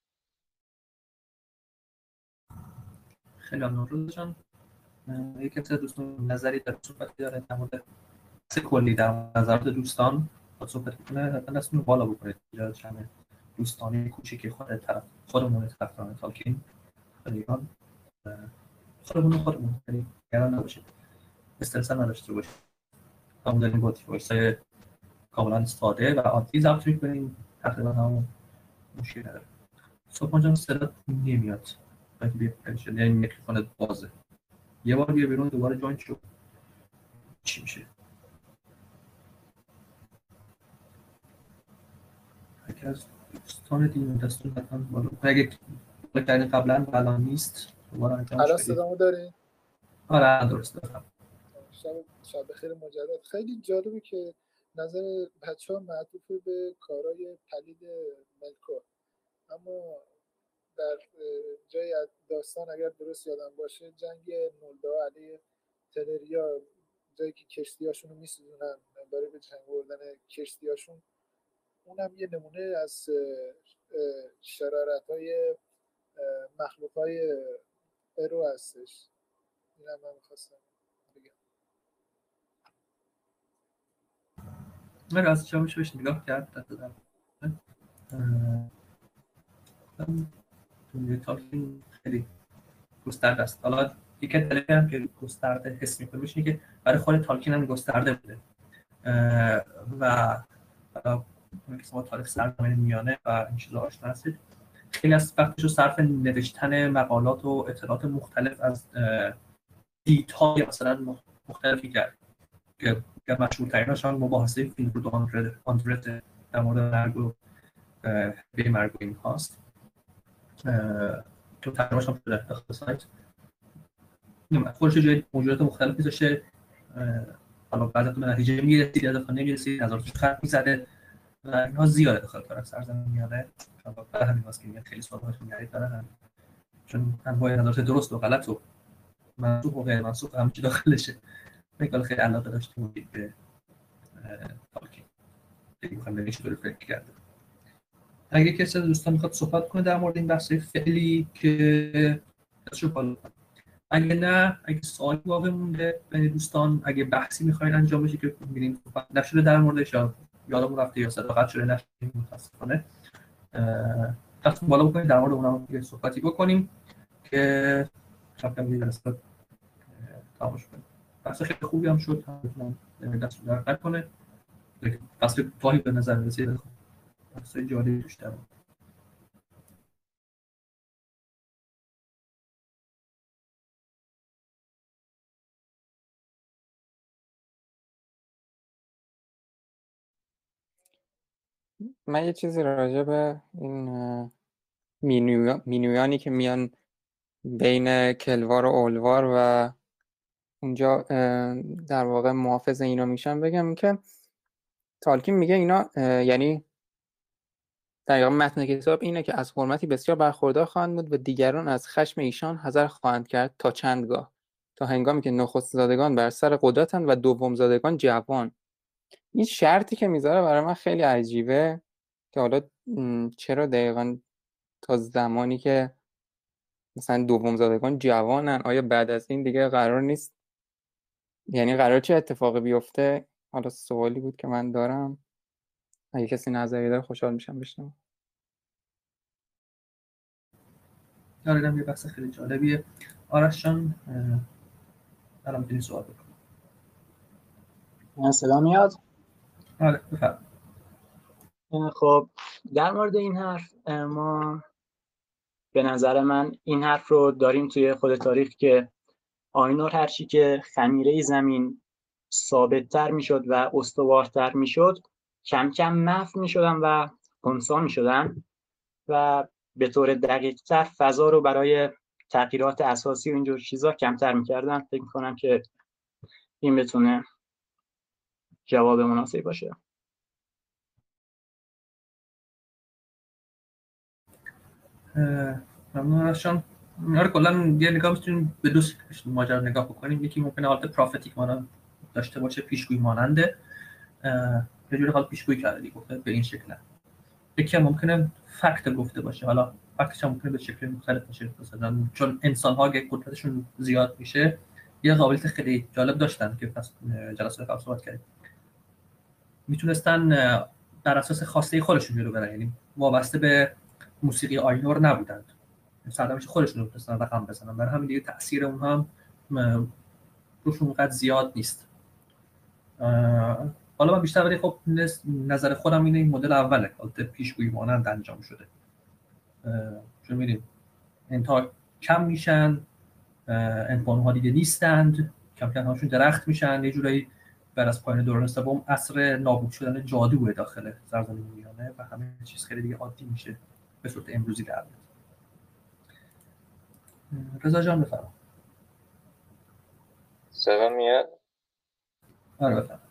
خیلی ممنون جان. یک کسی دوستان نظری در صحبتی داره در مورد کلی در نظرات دوستان با صحبت کنه، حتما دستتون بالا بکنید. اینجا چند دوستانی کوچیکی خودمون طرفداران تالکین خیلیان خودمون خیلی نگران نباشید، استرس نداشته باشید. همون داریم با وایسای کاملا ساده و عادی ضبط می‌کنیم، تقریبا همون مشکل نداره. صبح جان صدا نمیاد وقتی بیاد یعنی میکروفون بازه. یه بار بیا بیرون دوباره جوین شو چی میشه؟ یکی از دوستان دیگه دستون حتما بالا اگه کردین قبلا و الان نیست دوباره انجامش الان بدید. صدامو دارین؟ آره درست دارم. شب بخیر مجدد. خیلی جالبه که نظر بچه‌ها معطوف به کارهای پلید ملکور، اما در جای از داستان اگر درست یادم باشه جنگ نولدا علیه تلریا، جایی که کشتیاشون رو میسوزونن برای به جنگ بردن کشتیاشون، اونم یه نمونه از شرارت‌های مخلوق‌های ارو هستش. اینم من می‌خواستم بگم. من از چامش بهش نگاه کرد دادم. توی تالکین خیلی گسترده است. حالا یک دلیلی هم که گسترده حس می‌کنه میشه که برای خود تالکین هم گسترده بوده و حالا که شما تاریخ سرزمین میانه و این چیزا آشنا هستید، خیلی از وقتش رو صرف نوشتن مقالات و اطلاعات مختلف از دیدهای مثلا مختلفی کرد که مشهورتریناش هم مباحثه فیلم رو آندرت در مورد مرگ و به مرگ و این هاست که ترجمه‌اش هم شده داخل سایت. خودش جای موجودات مختلف میذاشه، حالا بعد به نتیجه میرسید یا داخل نمیرسید، نظراتش خط میزده و اینها زیاده داخل کار سرزمین میانه. برای همین واسه که خیلی سوالات میارید برای چون انواع نظرات درست و غلط و منسوخ و غیر منسوخ هم چی داخلشه. میگم خیلی علاقه داشته بودید به تالکین، خیلی میخوام ببینید چطوری فکر کرده. اگه کسی از دوستان میخواد صحبت کنه در مورد این بحث فعلی که دستشو بالا کنه، اگه نه، اگه سوالی باقی مونده بین دوستان، اگه بحثی میخواین انجام بشه که می‌بینیم صحبت نشده در موردش یا یادمون رفته یا صداقت شده نشده متاسفانه، دستتون بالا بکنید در مورد اونم یه صحبتی بکنیم که شب کم دیگه جلسه تمام کنیم. بحث خیلی خوبی هم شد، میتونم دستتون درد نکنه. بحث واهی به نظر رسید، بحث جالبی توش داره. من یه چیزی راجع به این مینویانی که میان بین کلوار و اولوار و اونجا در واقع محافظ اینا میشن بگم که تالکین میگه اینا یعنی دقیقا متن کتاب اینه که از حرمتی بسیار برخوردار خواهند بود و دیگران از خشم ایشان حذر خواهند کرد تا چندگاه، تا هنگامی که نخست زادگان بر سر قدرتند و دوم زادگان جوان. این شرطی که میذاره برای من خیلی عجیبه که حالا چرا دقیقا تا زمانی که مثلا دوم زادگان جوانن، آیا بعد از این دیگه قرار نیست، یعنی قرار چه اتفاقی بیفته؟ حالا سوالی بود که من دارم، اگه کسی نظری داره خوشحال میشم بشنوم. دارم یه بحث خیلی جالبیه. آرش جان الان میتونی سوال بکنی. من صدا میاد؟ آره بفرمایید. خب در مورد این حرف ما به نظر من این حرف رو داریم توی خود تاریخ که آینور هرچی که خمیره زمین ثابت‌تر میشد و استوارتر میشد کم کم محو میشدن و خنثی میشدن و به طور دقیق‌تر فضا رو برای تغییرات اساسی و اینجور چیزا کمتر میکردن. فکر میکنم که این بتونه جواب مناسبی باشه. ممنون آرشان. آره کلا یه نگاه میتونیم به دو ماجرا نگاه بکنیم. یکی ممکنه حالت پروفتیک مانند داشته باشه، پیشگویی ماننده، یه جوری حال پیشگویی کرده گفته به این شکل. یکی ممکنه فکت گفته باشه، حالا فکتش هم ممکنه به شکل مختلف باشه، مثلا چون انسان ها که قدرتشون زیاد میشه یه قابلیت خیلی جالب داشتن که جلسه قبل صحبت کردیم، میتونستن بر اساس خواسته خودشون جلو برن، یعنی وابسته به موسیقی آینور نبودند، سرنوشت خودشون رو میتونستن رقم بزنن، برای همین دیگه تاثیر اونها هم روشون اونقدر زیاد نیست. حالا من بیشتر ولی خب نظر خودم اینه این مدل اوله، البته پیشگویی مانند انجام شده، چون می‌بینیم انتها کم میشن، انسان‌ها دیگه نیستند، کم کم هاشون درخت میشن، یه جورایی بعد از پایان دوران سوم عصر نابود شدن جادوه داخل سرزمین میانه و همه چیز خیلی دیگه عادی میشه به صورت امروزی در میاد. رضا جان بفرمایید. صدا میاد؟ آره بفرمایید.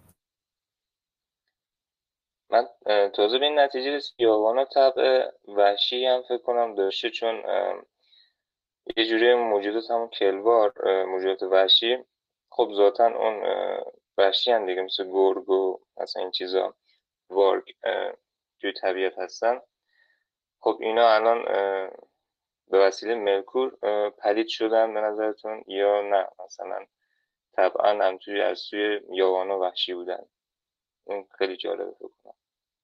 من تازه به این نتیجه رسیدم یاوانا طبع وحشی هم فکر کنم داشته، چون یه جوری موجودات همون کلوار موجودات وحشی خب ذاتاً اون وحشی هم دیگه، مثل گرگ و مثلا این چیزا وارگ توی طبیعت هستن. خب اینا الان به وسیله ملکور پدید شدن به نظرتون یا نه مثلا طبعا همطوری از سوی یاوانا وحشی بودن؟ این خیلی جالبه فکر کنم.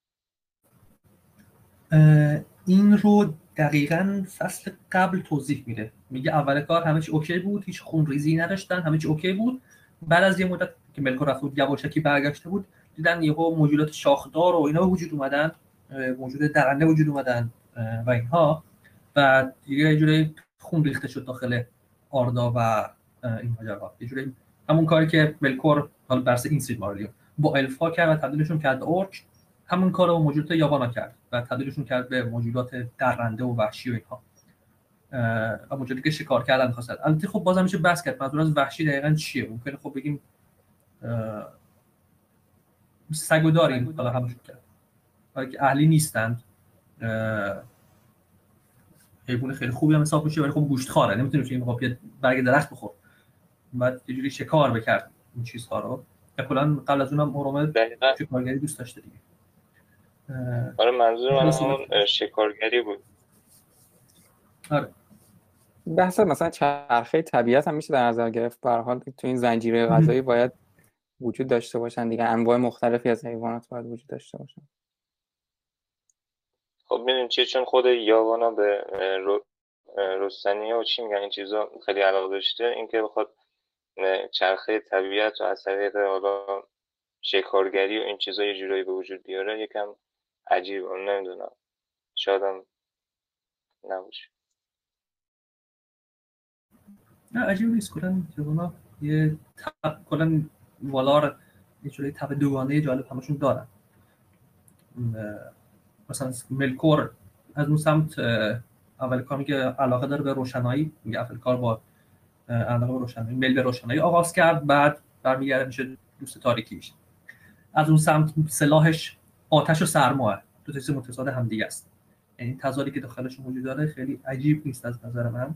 این رو دقیقاً فصل قبل توضیح میده، میگه اول کار همه چی اوکی بود، هیچ خونریزی نداشتن، همه چی اوکی بود. بعد از یه مدت که ملکور رفت بود یواشکی برگشته بود، دیدن یهو موجودات شاخدار و اینا وجود اومدن، موجود درنده وجود اومدن و اینها، و دیگه یه جوری خون ریخته شد داخل آردا و این ماجراها. یه جوری همون کاری که ملکور حالا برس این سید ماریو با الفا کرد و تبدیلشون کرد اورک، همون کارو با موجودات یابانا کرد و تبدیلشون کرد به موجودات درنده و وحشی و اینها، و موجوداتی که شکار کردن خواستن. البته خب بازم میشه بحث کرد منظور از وحشی دقیقاً چیه. ممکنه خب بگیم سگو داریم حالا همشون کرد، ولی که اهلی نیستند، حیوان خیلی خوبی هم حساب میشه ولی خب گوشتخواره، نمیتونه که این خب برگ درخت بخور، بعد یه جوری شکار بکرد این چیزها رو. کلا قبل از اونم اورامه شکارگری دوست داشته دیگه. آره منظور من همون شکارگری بود. آره بحث مثلا چرخه طبیعت هم میشه در نظر گرفت. به هر حال تو این زنجیره غذایی باید وجود داشته باشن دیگه، انواع مختلفی از حیوانات باید وجود داشته باشن. خب میدونیم چیه، چون خود یاوانا به رستنی و چی میگن این چیزا خیلی علاقه داشته، اینکه بخواد چرخه طبیعت و از طریق حالا شکارگری و این چیزا یه جورایی به وجود بیاره یکم عجیبه. نمیدونم، شاید هم نباشه. نه عجیب نیست، کلا یاوانا یه کلا والار یه جوری تب دوگانه جالب همشون دارن. مثلا ملکور از اون سمت اول کار میگه علاقه داره به روشنایی، میگه اول کار با علاقه به روشنایی میل به روشنایی آغاز کرد، بعد برمیگرده میشه دوست تاریکی میشه. از اون سمت سلاحش آتش و سرماه، دو تا چیز متضاد هم دیگه است. یعنی تضادی که داخلشون وجود داره خیلی عجیب نیست از نظر من.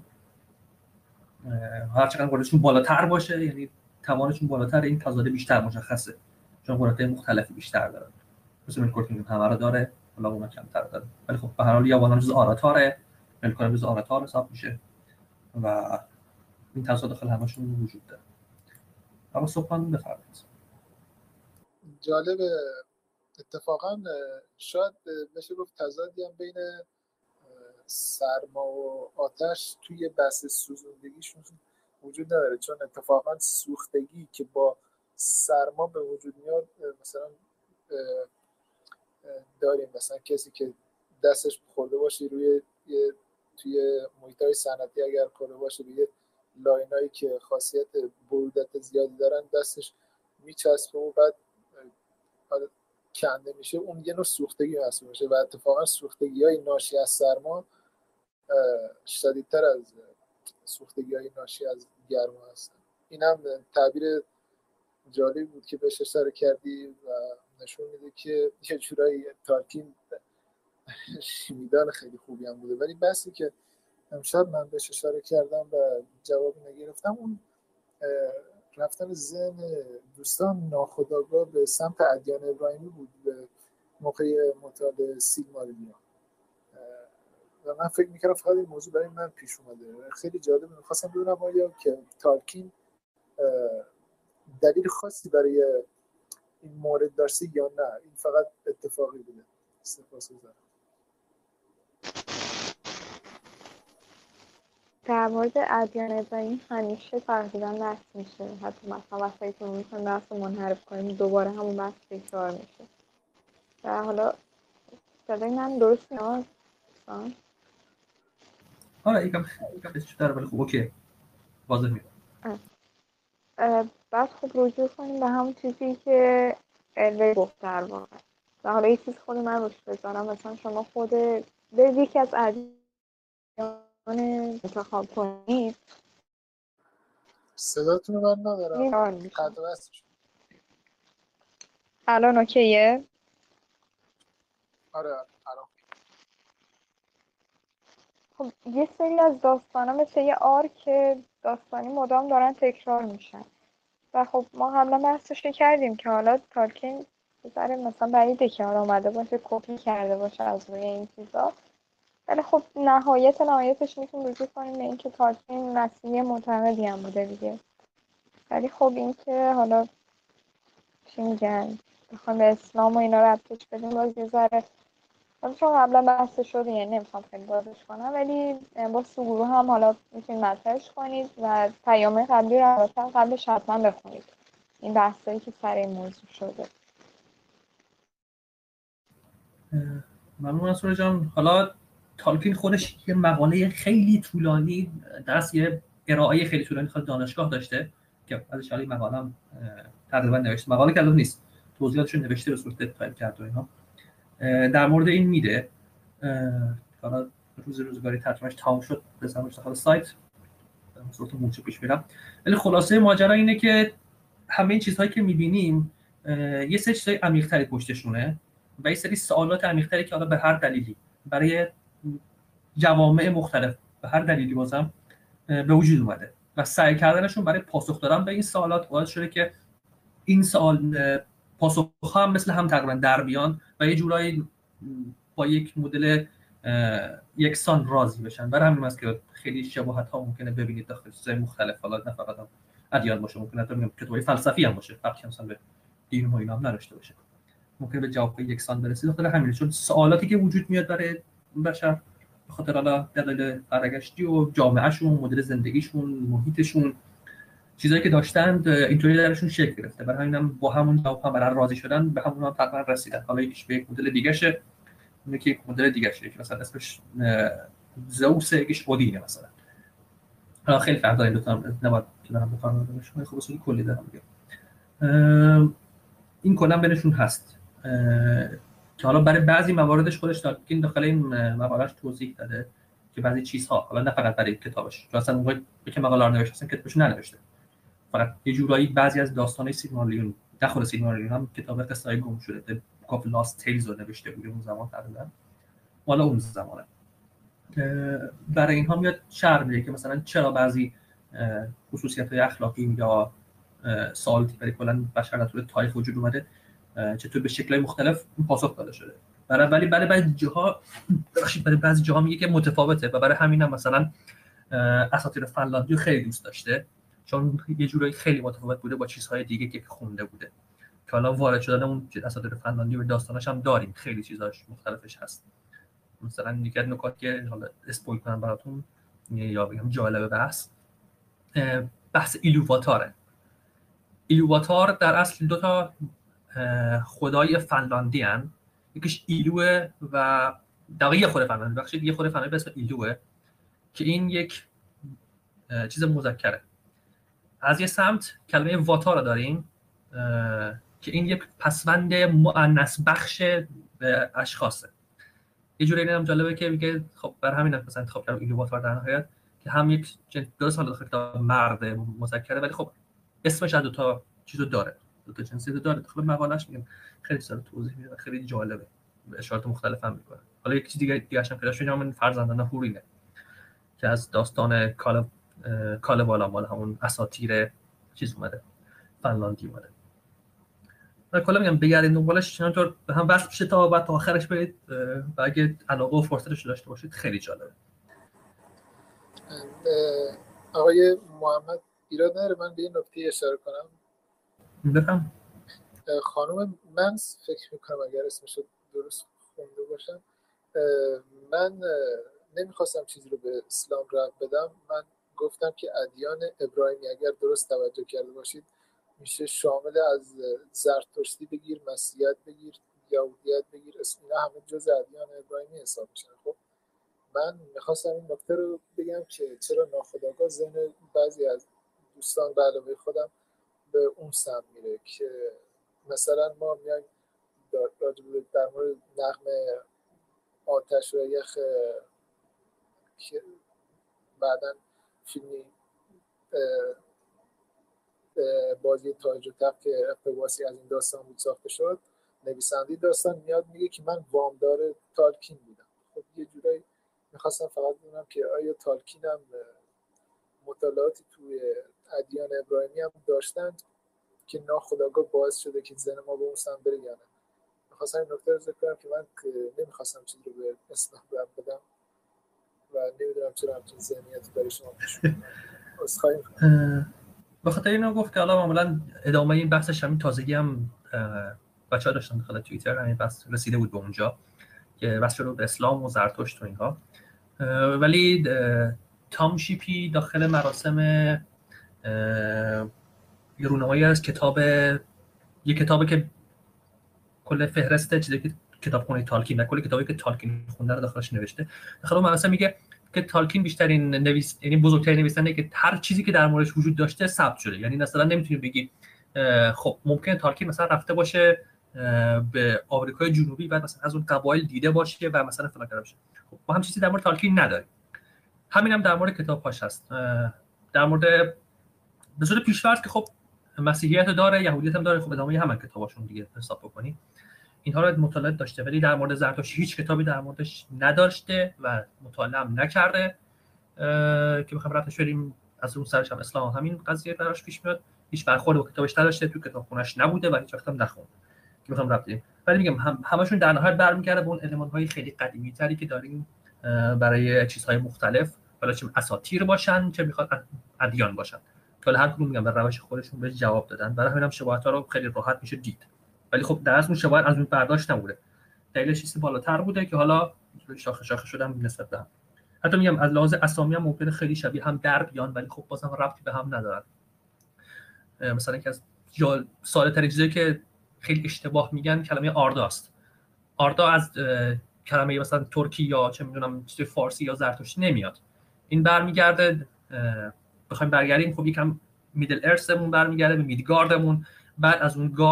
هر چقدر قدرتشون بالاتر باشه، یعنی توانشون بالاتر، این تضاد بیشتر مشخصه، چون قدرت‌های مختلفی بیشتر داره. مثل ملکور که همه رو داره، حالا اونها کمتر داره، ولی خب به هر حال یاوانان جز آراتاره، ملکور جز آراتار حساب میشه و این تضاد داخل همشون وجود داره. اما سبحان بفرمایید. جالبه اتفاقا شاید بشه گفت تضادی هم بین سرما و آتش توی بحث سوزوندگیشون وجود نداره، چون اتفاقا سوختگی که با سرما به وجود میاد مثلا داریم مثلا کسی که دستش خورده باشه روی توی محیط‌های صنعتی اگر خورده باشه روی لاینایی که خاصیت برودت زیادی دارن دستش میچسبه و بعد کنده میشه، اون یه نوع سوختگی محسوب میشه و اتفاقا سوختگی‌های ناشی از سرما شدیدتر از سوختگی‌های ناشی از گرما هستن. این هم تعبیر جالب بود که بهش اشاره کردی و نشون میده که یه جورایی تالکین شیمیدان خیلی خوبی هم بوده. ولی بحثی که امشب من بهش اشاره کردم و جواب نگرفتم، اون رفتن ذهن دوستان ناخودآگاه به سمت ادیان ابراهیمی بود به موقع مطالعه سیلماریلیون و من فکر میکردم فقط این موضوع برای من پیش اومده. خیلی جالبه. میخواستم بدونم آیا که تالکین دلیل خاصی برای این مورد داشته یا نه این فقط اتفاقی بوده. سپاسگزارم. در مورد ادیان ابراهیمی همیشه تقریبا بحث میشه، حتی مثلا وقتی که میخوایم بحث منحرف کنیم دوباره همون بحث تکرار میشه. و حالا صدای من درست میاد؟ آره یکم بیشتر ولی خوب اوکی واضح میاد. بعد خب رجوع کنیم به همون چیزی که الوی گفت در واقع. و حالا یه چیز خود من روش بذارم، مثلا شما خود به یکی از ادیان انتخاب کنید. صداتون من ندارم. قد و وصل شد. الان اوکیه؟ آره الان. خب یه سری از داستانا مثل یه آرک داستانی مدام دارن تکرار میشن و خب ما حالا بحثش کردیم که حالا تالکین بذاره مثلا بعیده که آمده باشه کپی کرده باشه از روی این چیزا، ولی خب نهایتش میتونیم رجوع کنیم به اینکه تالکین مسیحی معتقدی هم بوده دیگه. ولی خب این که حالا چی میگن بخوام به اسلام و اینا ربطش بدیم باز یه ذره چون قبلا بحث شده، یعنی نمیخوام خیلی بازش کنم، ولی با سوگورو هم حالا میتونید مطرحش کنید و پیام قبلی رو قبلش حتما بخونید این بحثایی که سر این موضوع شده. ممنون از سوره جان. حالا تالکین خودش یه مقاله خیلی طولانی یه ارائه خیلی طولانی خود دانشگاه داشته که ازش حالا مقاله هم تقریبا نوشته، مقاله که نیست، توضیحاتش نوشته به صورت تایپ کرده و اینا در مورد این میده. حالا روزگاری ترجمهش تمام شد بزنمش داخل سایت به صورت موچه پیش میرم. ولی خلاصه ماجرا اینه که همه این چیزهایی که میبینیم یه سری چیزای عمیق‌تری پشتشونه و یه سری سوالات عمیق‌تری که حالا به هر دلیلی برای جوامع مختلف به هر دلیلی بازم به وجود اومده و سعی کردنشون برای پاسخ دادن به این سوالات باعث شده که این سوال پاسخ‌ها هم مثل هم تقریبا در بیان و یه جورایی با یک مدل یکسان راضی بشن. برای همین است که خیلی شباهت‌ها ممکنه ببینید داخل چیزهای مختلف، حالا نه فقط هم ادیان باشه، ممکنه حتی بگم کتابای فلسفی هم باشه، فرقی مثلا به دین و اینا هم نداشته باشه، ممکنه به جواب‌های یکسان برسید. داخل همین چون سوالاتی که وجود میاد برای بشر به خاطر حالا دلایل فرهنگی و جامعهشون، مدل زندگیشون، محیطشون، چیزایی که داشتند اینطوری درشون شکل گرفته. برای همینم با همون جواب هم برای راضی شدن به همون هم تقریبا رسیدن. حالا یکیش به یک مدل دیگه شه، اون یکی یک مدل دیگه شه، که مثلا اسمش زئوس، یکیش اودینه مثلا. حالا خیلی فرق داره این دو تا، نباید که دارم بفرمایید شما خب اصولی کلی دارم میگم. این کلا بینشون هست که حالا برای بعضی مواردش خودش تالکین داخل این مقاله‌اش توضیح داده که بعضی چیزها حالا نه فقط برای کتابش، چون اصلا موقعی که مقاله رو نوشته کتابش ننوشته، فقط یه جورایی بعضی از داستان‌های سیلماریلیون نه خود سیلماریلیون هم کتاب قصه‌های گم شده کاف لاست تیلز رو نوشته بود اون زمان تقریبا والا اون زمانه. برای اینها میاد شرح میده که مثلا چرا بعضی خصوصیت‌های اخلاقی یا سوالاتی برای کلا بشر در طول تاریخ وجود اومده چطور به شکل‌های مختلف پاسخ داده شده. برای بعضی جاها برای بعضی جاها میگه که متفاوته و برای همین هم مثلا اساطیر فنلاندی رو خیلی دوست داشته چون یه جورایی خیلی متفاوت بوده با چیزهای دیگه که خونده بوده که حالا وارد شدن اون اساطیر فنلاندی و داستاناش هم داریم، خیلی چیزاش مختلفش هست. مثلا یکی از نکات که حالا اسپویل کنم براتون یا بگم جالب بحث ایلوواتاره. ایلوواتار در اصل دو تا خدای فنلاندی ان، یکیش ایلوه و دقیقه خود فنلاندی بخشید یه خود فنلاندی به اسم ایلوه که این یک چیز مذکره. از یه سمت کلمه واتار رو داریم که این یک پسوند مؤنث بخش به اشخاصه. یه جوری اینم جالبه که میگه خب برای همین مثلا انتخاب کردم ایلوواتار در نهایت که هم یک درست حالا داخل مرد مذکره ولی خب اسمش از دو تا چیزو داره، دو تا جنسیت داره. داخل مقاله‌اش میگم خیلی سال توضیح میده، خیلی جالبه، به اشارات مختلف هم میکنه. حالا یک چیز دیگه هم پیدا شد نام فرزندان هورینه که از داستان کالوالا مال همون اساطیر چیز اومده فنلاندی اومده. و کلا میگم بگردید دنبالش چنانطور به هم وصل بشه تا بعد تا آخرش برید و اگه علاقه و فرصتش داشته باشید خیلی جالبه. آقای محمد ایراد نداره من به این نکته اشاره کنم؟ بفهم. خانم منس فکر میکنم اگر اسمش رو درست خونده باشم، من نمیخواستم چیزی رو به اسلام ربط بدم. من گفتم که ادیان ابراهیمی اگر درست توجه کرده باشید میشه شامل از زرتشتی بگیر، مسیحیت بگیر، یهودیت بگیر، اینا همه جز ادیان ابراهیمی حساب میشن. خب من میخواستم این نکته رو بگم که چرا ناخودآگاه ذهن بعضی از دوستان به علاوه خودم به اون سمت میره که مثلا ما میایم در مورد نغمه آتش و یخ که بعداً فیلمی بازی تاج و تخت که اقتباسی از این داستان بود ساخته شد، نویسنده داستان میاد میگه که من وامدار تالکین بودم. خب یه جورایی میخواستم فقط بدونم که آیا تالکین هم مطالعاتی توی ادیان ابراهیمی هم داشتند که ناخودآگاه باعث شده که ذهن ما به اون سمت بره یا نه. میخواستم این نکته رو ذکر کنم که من نمیخواستم چیزی رو به اسلام ربط بدم و نمیدونم چرا همچین ذهنیتی برای شما پیش اومد. به خاطر اینو گفت که حالا معمولا ادامه این بحثش همین تازگی هم بچه‌ها داشتن داخل توییتر همین بحث رسیده بود به اونجا که بحث شروع به اسلام و زرتشت و اینها. ولی تام شیپی داخل مراسم یه رونمایی از یه کتابی که کل فهرست چیزی که کتابخونه تالکین و کل کتابی که تالکین خونده رو داخلش نوشته. داخل اون مراسم میگه که تالکین بیشترین یعنی بزرگترین نویسنده که هر چیزی که در موردش وجود داشته ثبت شده. یعنی مثلا نمیتونی بگی خب ممکنه تالکین مثلا رفته باشه به آمریکای جنوبی بعد مثلا از اون قبایل دیده باشه و مثلا فلان کرده باشه. خب ما هم چیزی در مورد تالکین نداریم. همین هم در مورد کتاب‌هاش هست. در مورد به صورت پیش‌فرض که خب مسیحیت داره، یهودیت هم داره، خب ادامه همین کتاباشون دیگه حساب بکنی اینها رو مطالعه داشته، ولی در مورد زرتشت هیچ کتابی در موردش نداشته و مطالعه هم نکرده که بخوام رفتش بریم از اون سرش هم اسلام همین قضیه براش پیش میاد. هیچ برخورد با کتابش نداشته، تو کتابخونه‌اش نبوده و هیچ وقت هم نخونده که بخوام رفتیم. ولی میگم همشون در نهایت برمیگرده به اون المان‌های خیلی قدیمی‌تری که داریم برای چیزهای مختلف، حالا چه اساطیر باشن چه میخواد ادیان باشن، که هر کدوم میگم به روش خودشون بهش جواب دادن. برای همینم شباهت‌ها رو خیلی راحت میشه دید. ولی خب در اون شباهت از اون برداشت نبوده، دلیلش چیزی بالاتر بوده که حالا شاخه شاخه شدن نسبت به هم. حتی میگم از لحاظ اسامی هم ممکنه خیلی شبیه هم در بیان ولی خب بازم ربطی به هم ندارن. مثلا که از ساده‌ترین چیزی که خیلی اشتباه میگن کلمه آرداست. آردا از کلمه مثلا ترکی یا چه میدونم چیز فارسی یا زرتشتی نمیاد. این برمیگرده بخوایم برگردیم خب یکم میدل ارثمون برمیگرده به میدگاردمون، بعد از اون گارد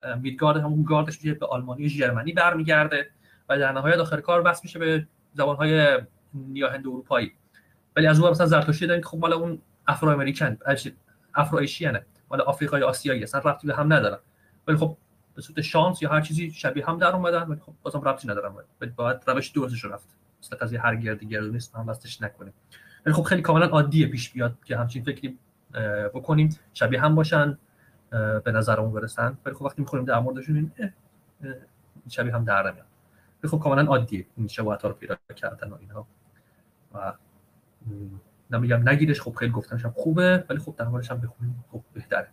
میدگارد همون گاردش میشه به آلمانی و ژرمنی برمیگرده و در نهایت آخر کار بس میشه به زبان‌های نیا هند اروپایی. ولی از اون مثلا زرتشتی داریم که خب مال اون افرو امریکن افرو ایشیانه، مال آفریقای آسیایی، اصلا ربطی به هم ندارن، ولی خب به صورت شانس یا هر چیزی شبیه هم در اومدن، ولی خب بازم ربطی ندارن، ولی باید روش درستش رفت، مثلا قضیه هر گردی نیست هم واسش نکنیم. ولی خب خیلی کاملا عادیه پیش بیاد که همچین فکری بکنیم، شبیه هم باشن، به نظرمون برسن، ولی خب وقتی می‌خوریم در موردشون شبیه هم در نمیاد. ولی خب کاملا عادیه این شباهت‌ها رو پیدا کردن و اینها. و نمیگم نگیرش، خب خیلی گفتنش هم خوبه، ولی خب در موردش هم بخونیم خب بهتره.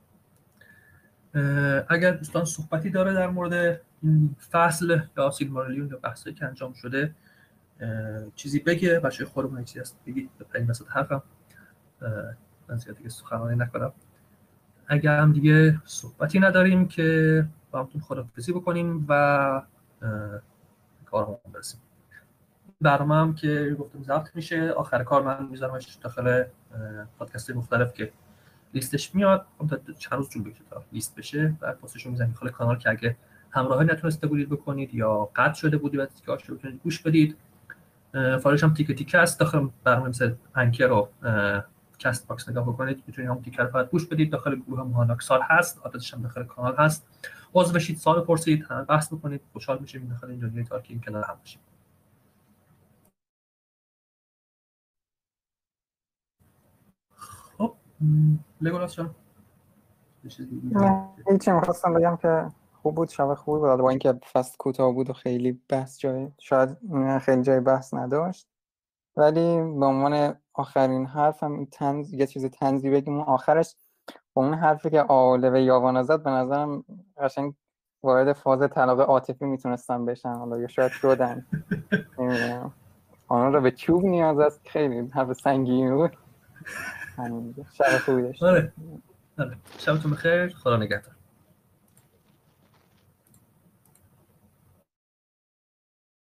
اگر دوستان صحبتی داره در مورد این فصل یا سیلماریلیون یا بحثی که انجام شده چیزی بگه، بچه خودمون چیزی هست بگید به این وسط حرفم من زیاد دیگه سخنرانی نکنم. اگر هم دیگه صحبتی نداریم که با همتون خداحافظی بکنیم و کارمون برسیم. برنامه هم که گفتم ضبط میشه، آخر کار من میذارمش داخل پادکست مختلف که لیستش میاد، تا چند روز طول بکشه تا لیست بشه، بعد پستش رو میذارم داخل کانال که اگه همراهی نتونسته بودید بکنید یا قطع شده بودید بعد که آشنا بتونید گوش بدید. فایلش هم تیکه تیکه است داخل برنامه مثل انکر و کست باکس نگاه بکنید، میتونید هم تیکر فقط گوش بدید. داخل گروه مهالاکسال هست، آدرسش هم داخل کانال هست. عضو بشید، سوال پرسید، بحث بکنید، خوشحال میشیم داخل این دنیای تارکینگ کنار هم باشیم. خب لگولاس جان هیچی میخواستم بگم که خوب بود، شب خوبی بود، با اینکه فصل کوتاه بود و خیلی بحث شاید خیلی جای بحث نداشت، ولی به عنوان آخرین حرفم یه چیز طنزی بگیم آخرش، با اون حرفی که آوله و یاوانا زد به نظرم قشنگ وارد فاز طلاق عاطفی میتونستن بشن، حالا یا شاید شدن، نمیدونم. آنها رو به چوب نیاز است، خیلی حرف سنگینی بود. شب خوبی داشت. آره شبتون بخیر، خدا نگهدار.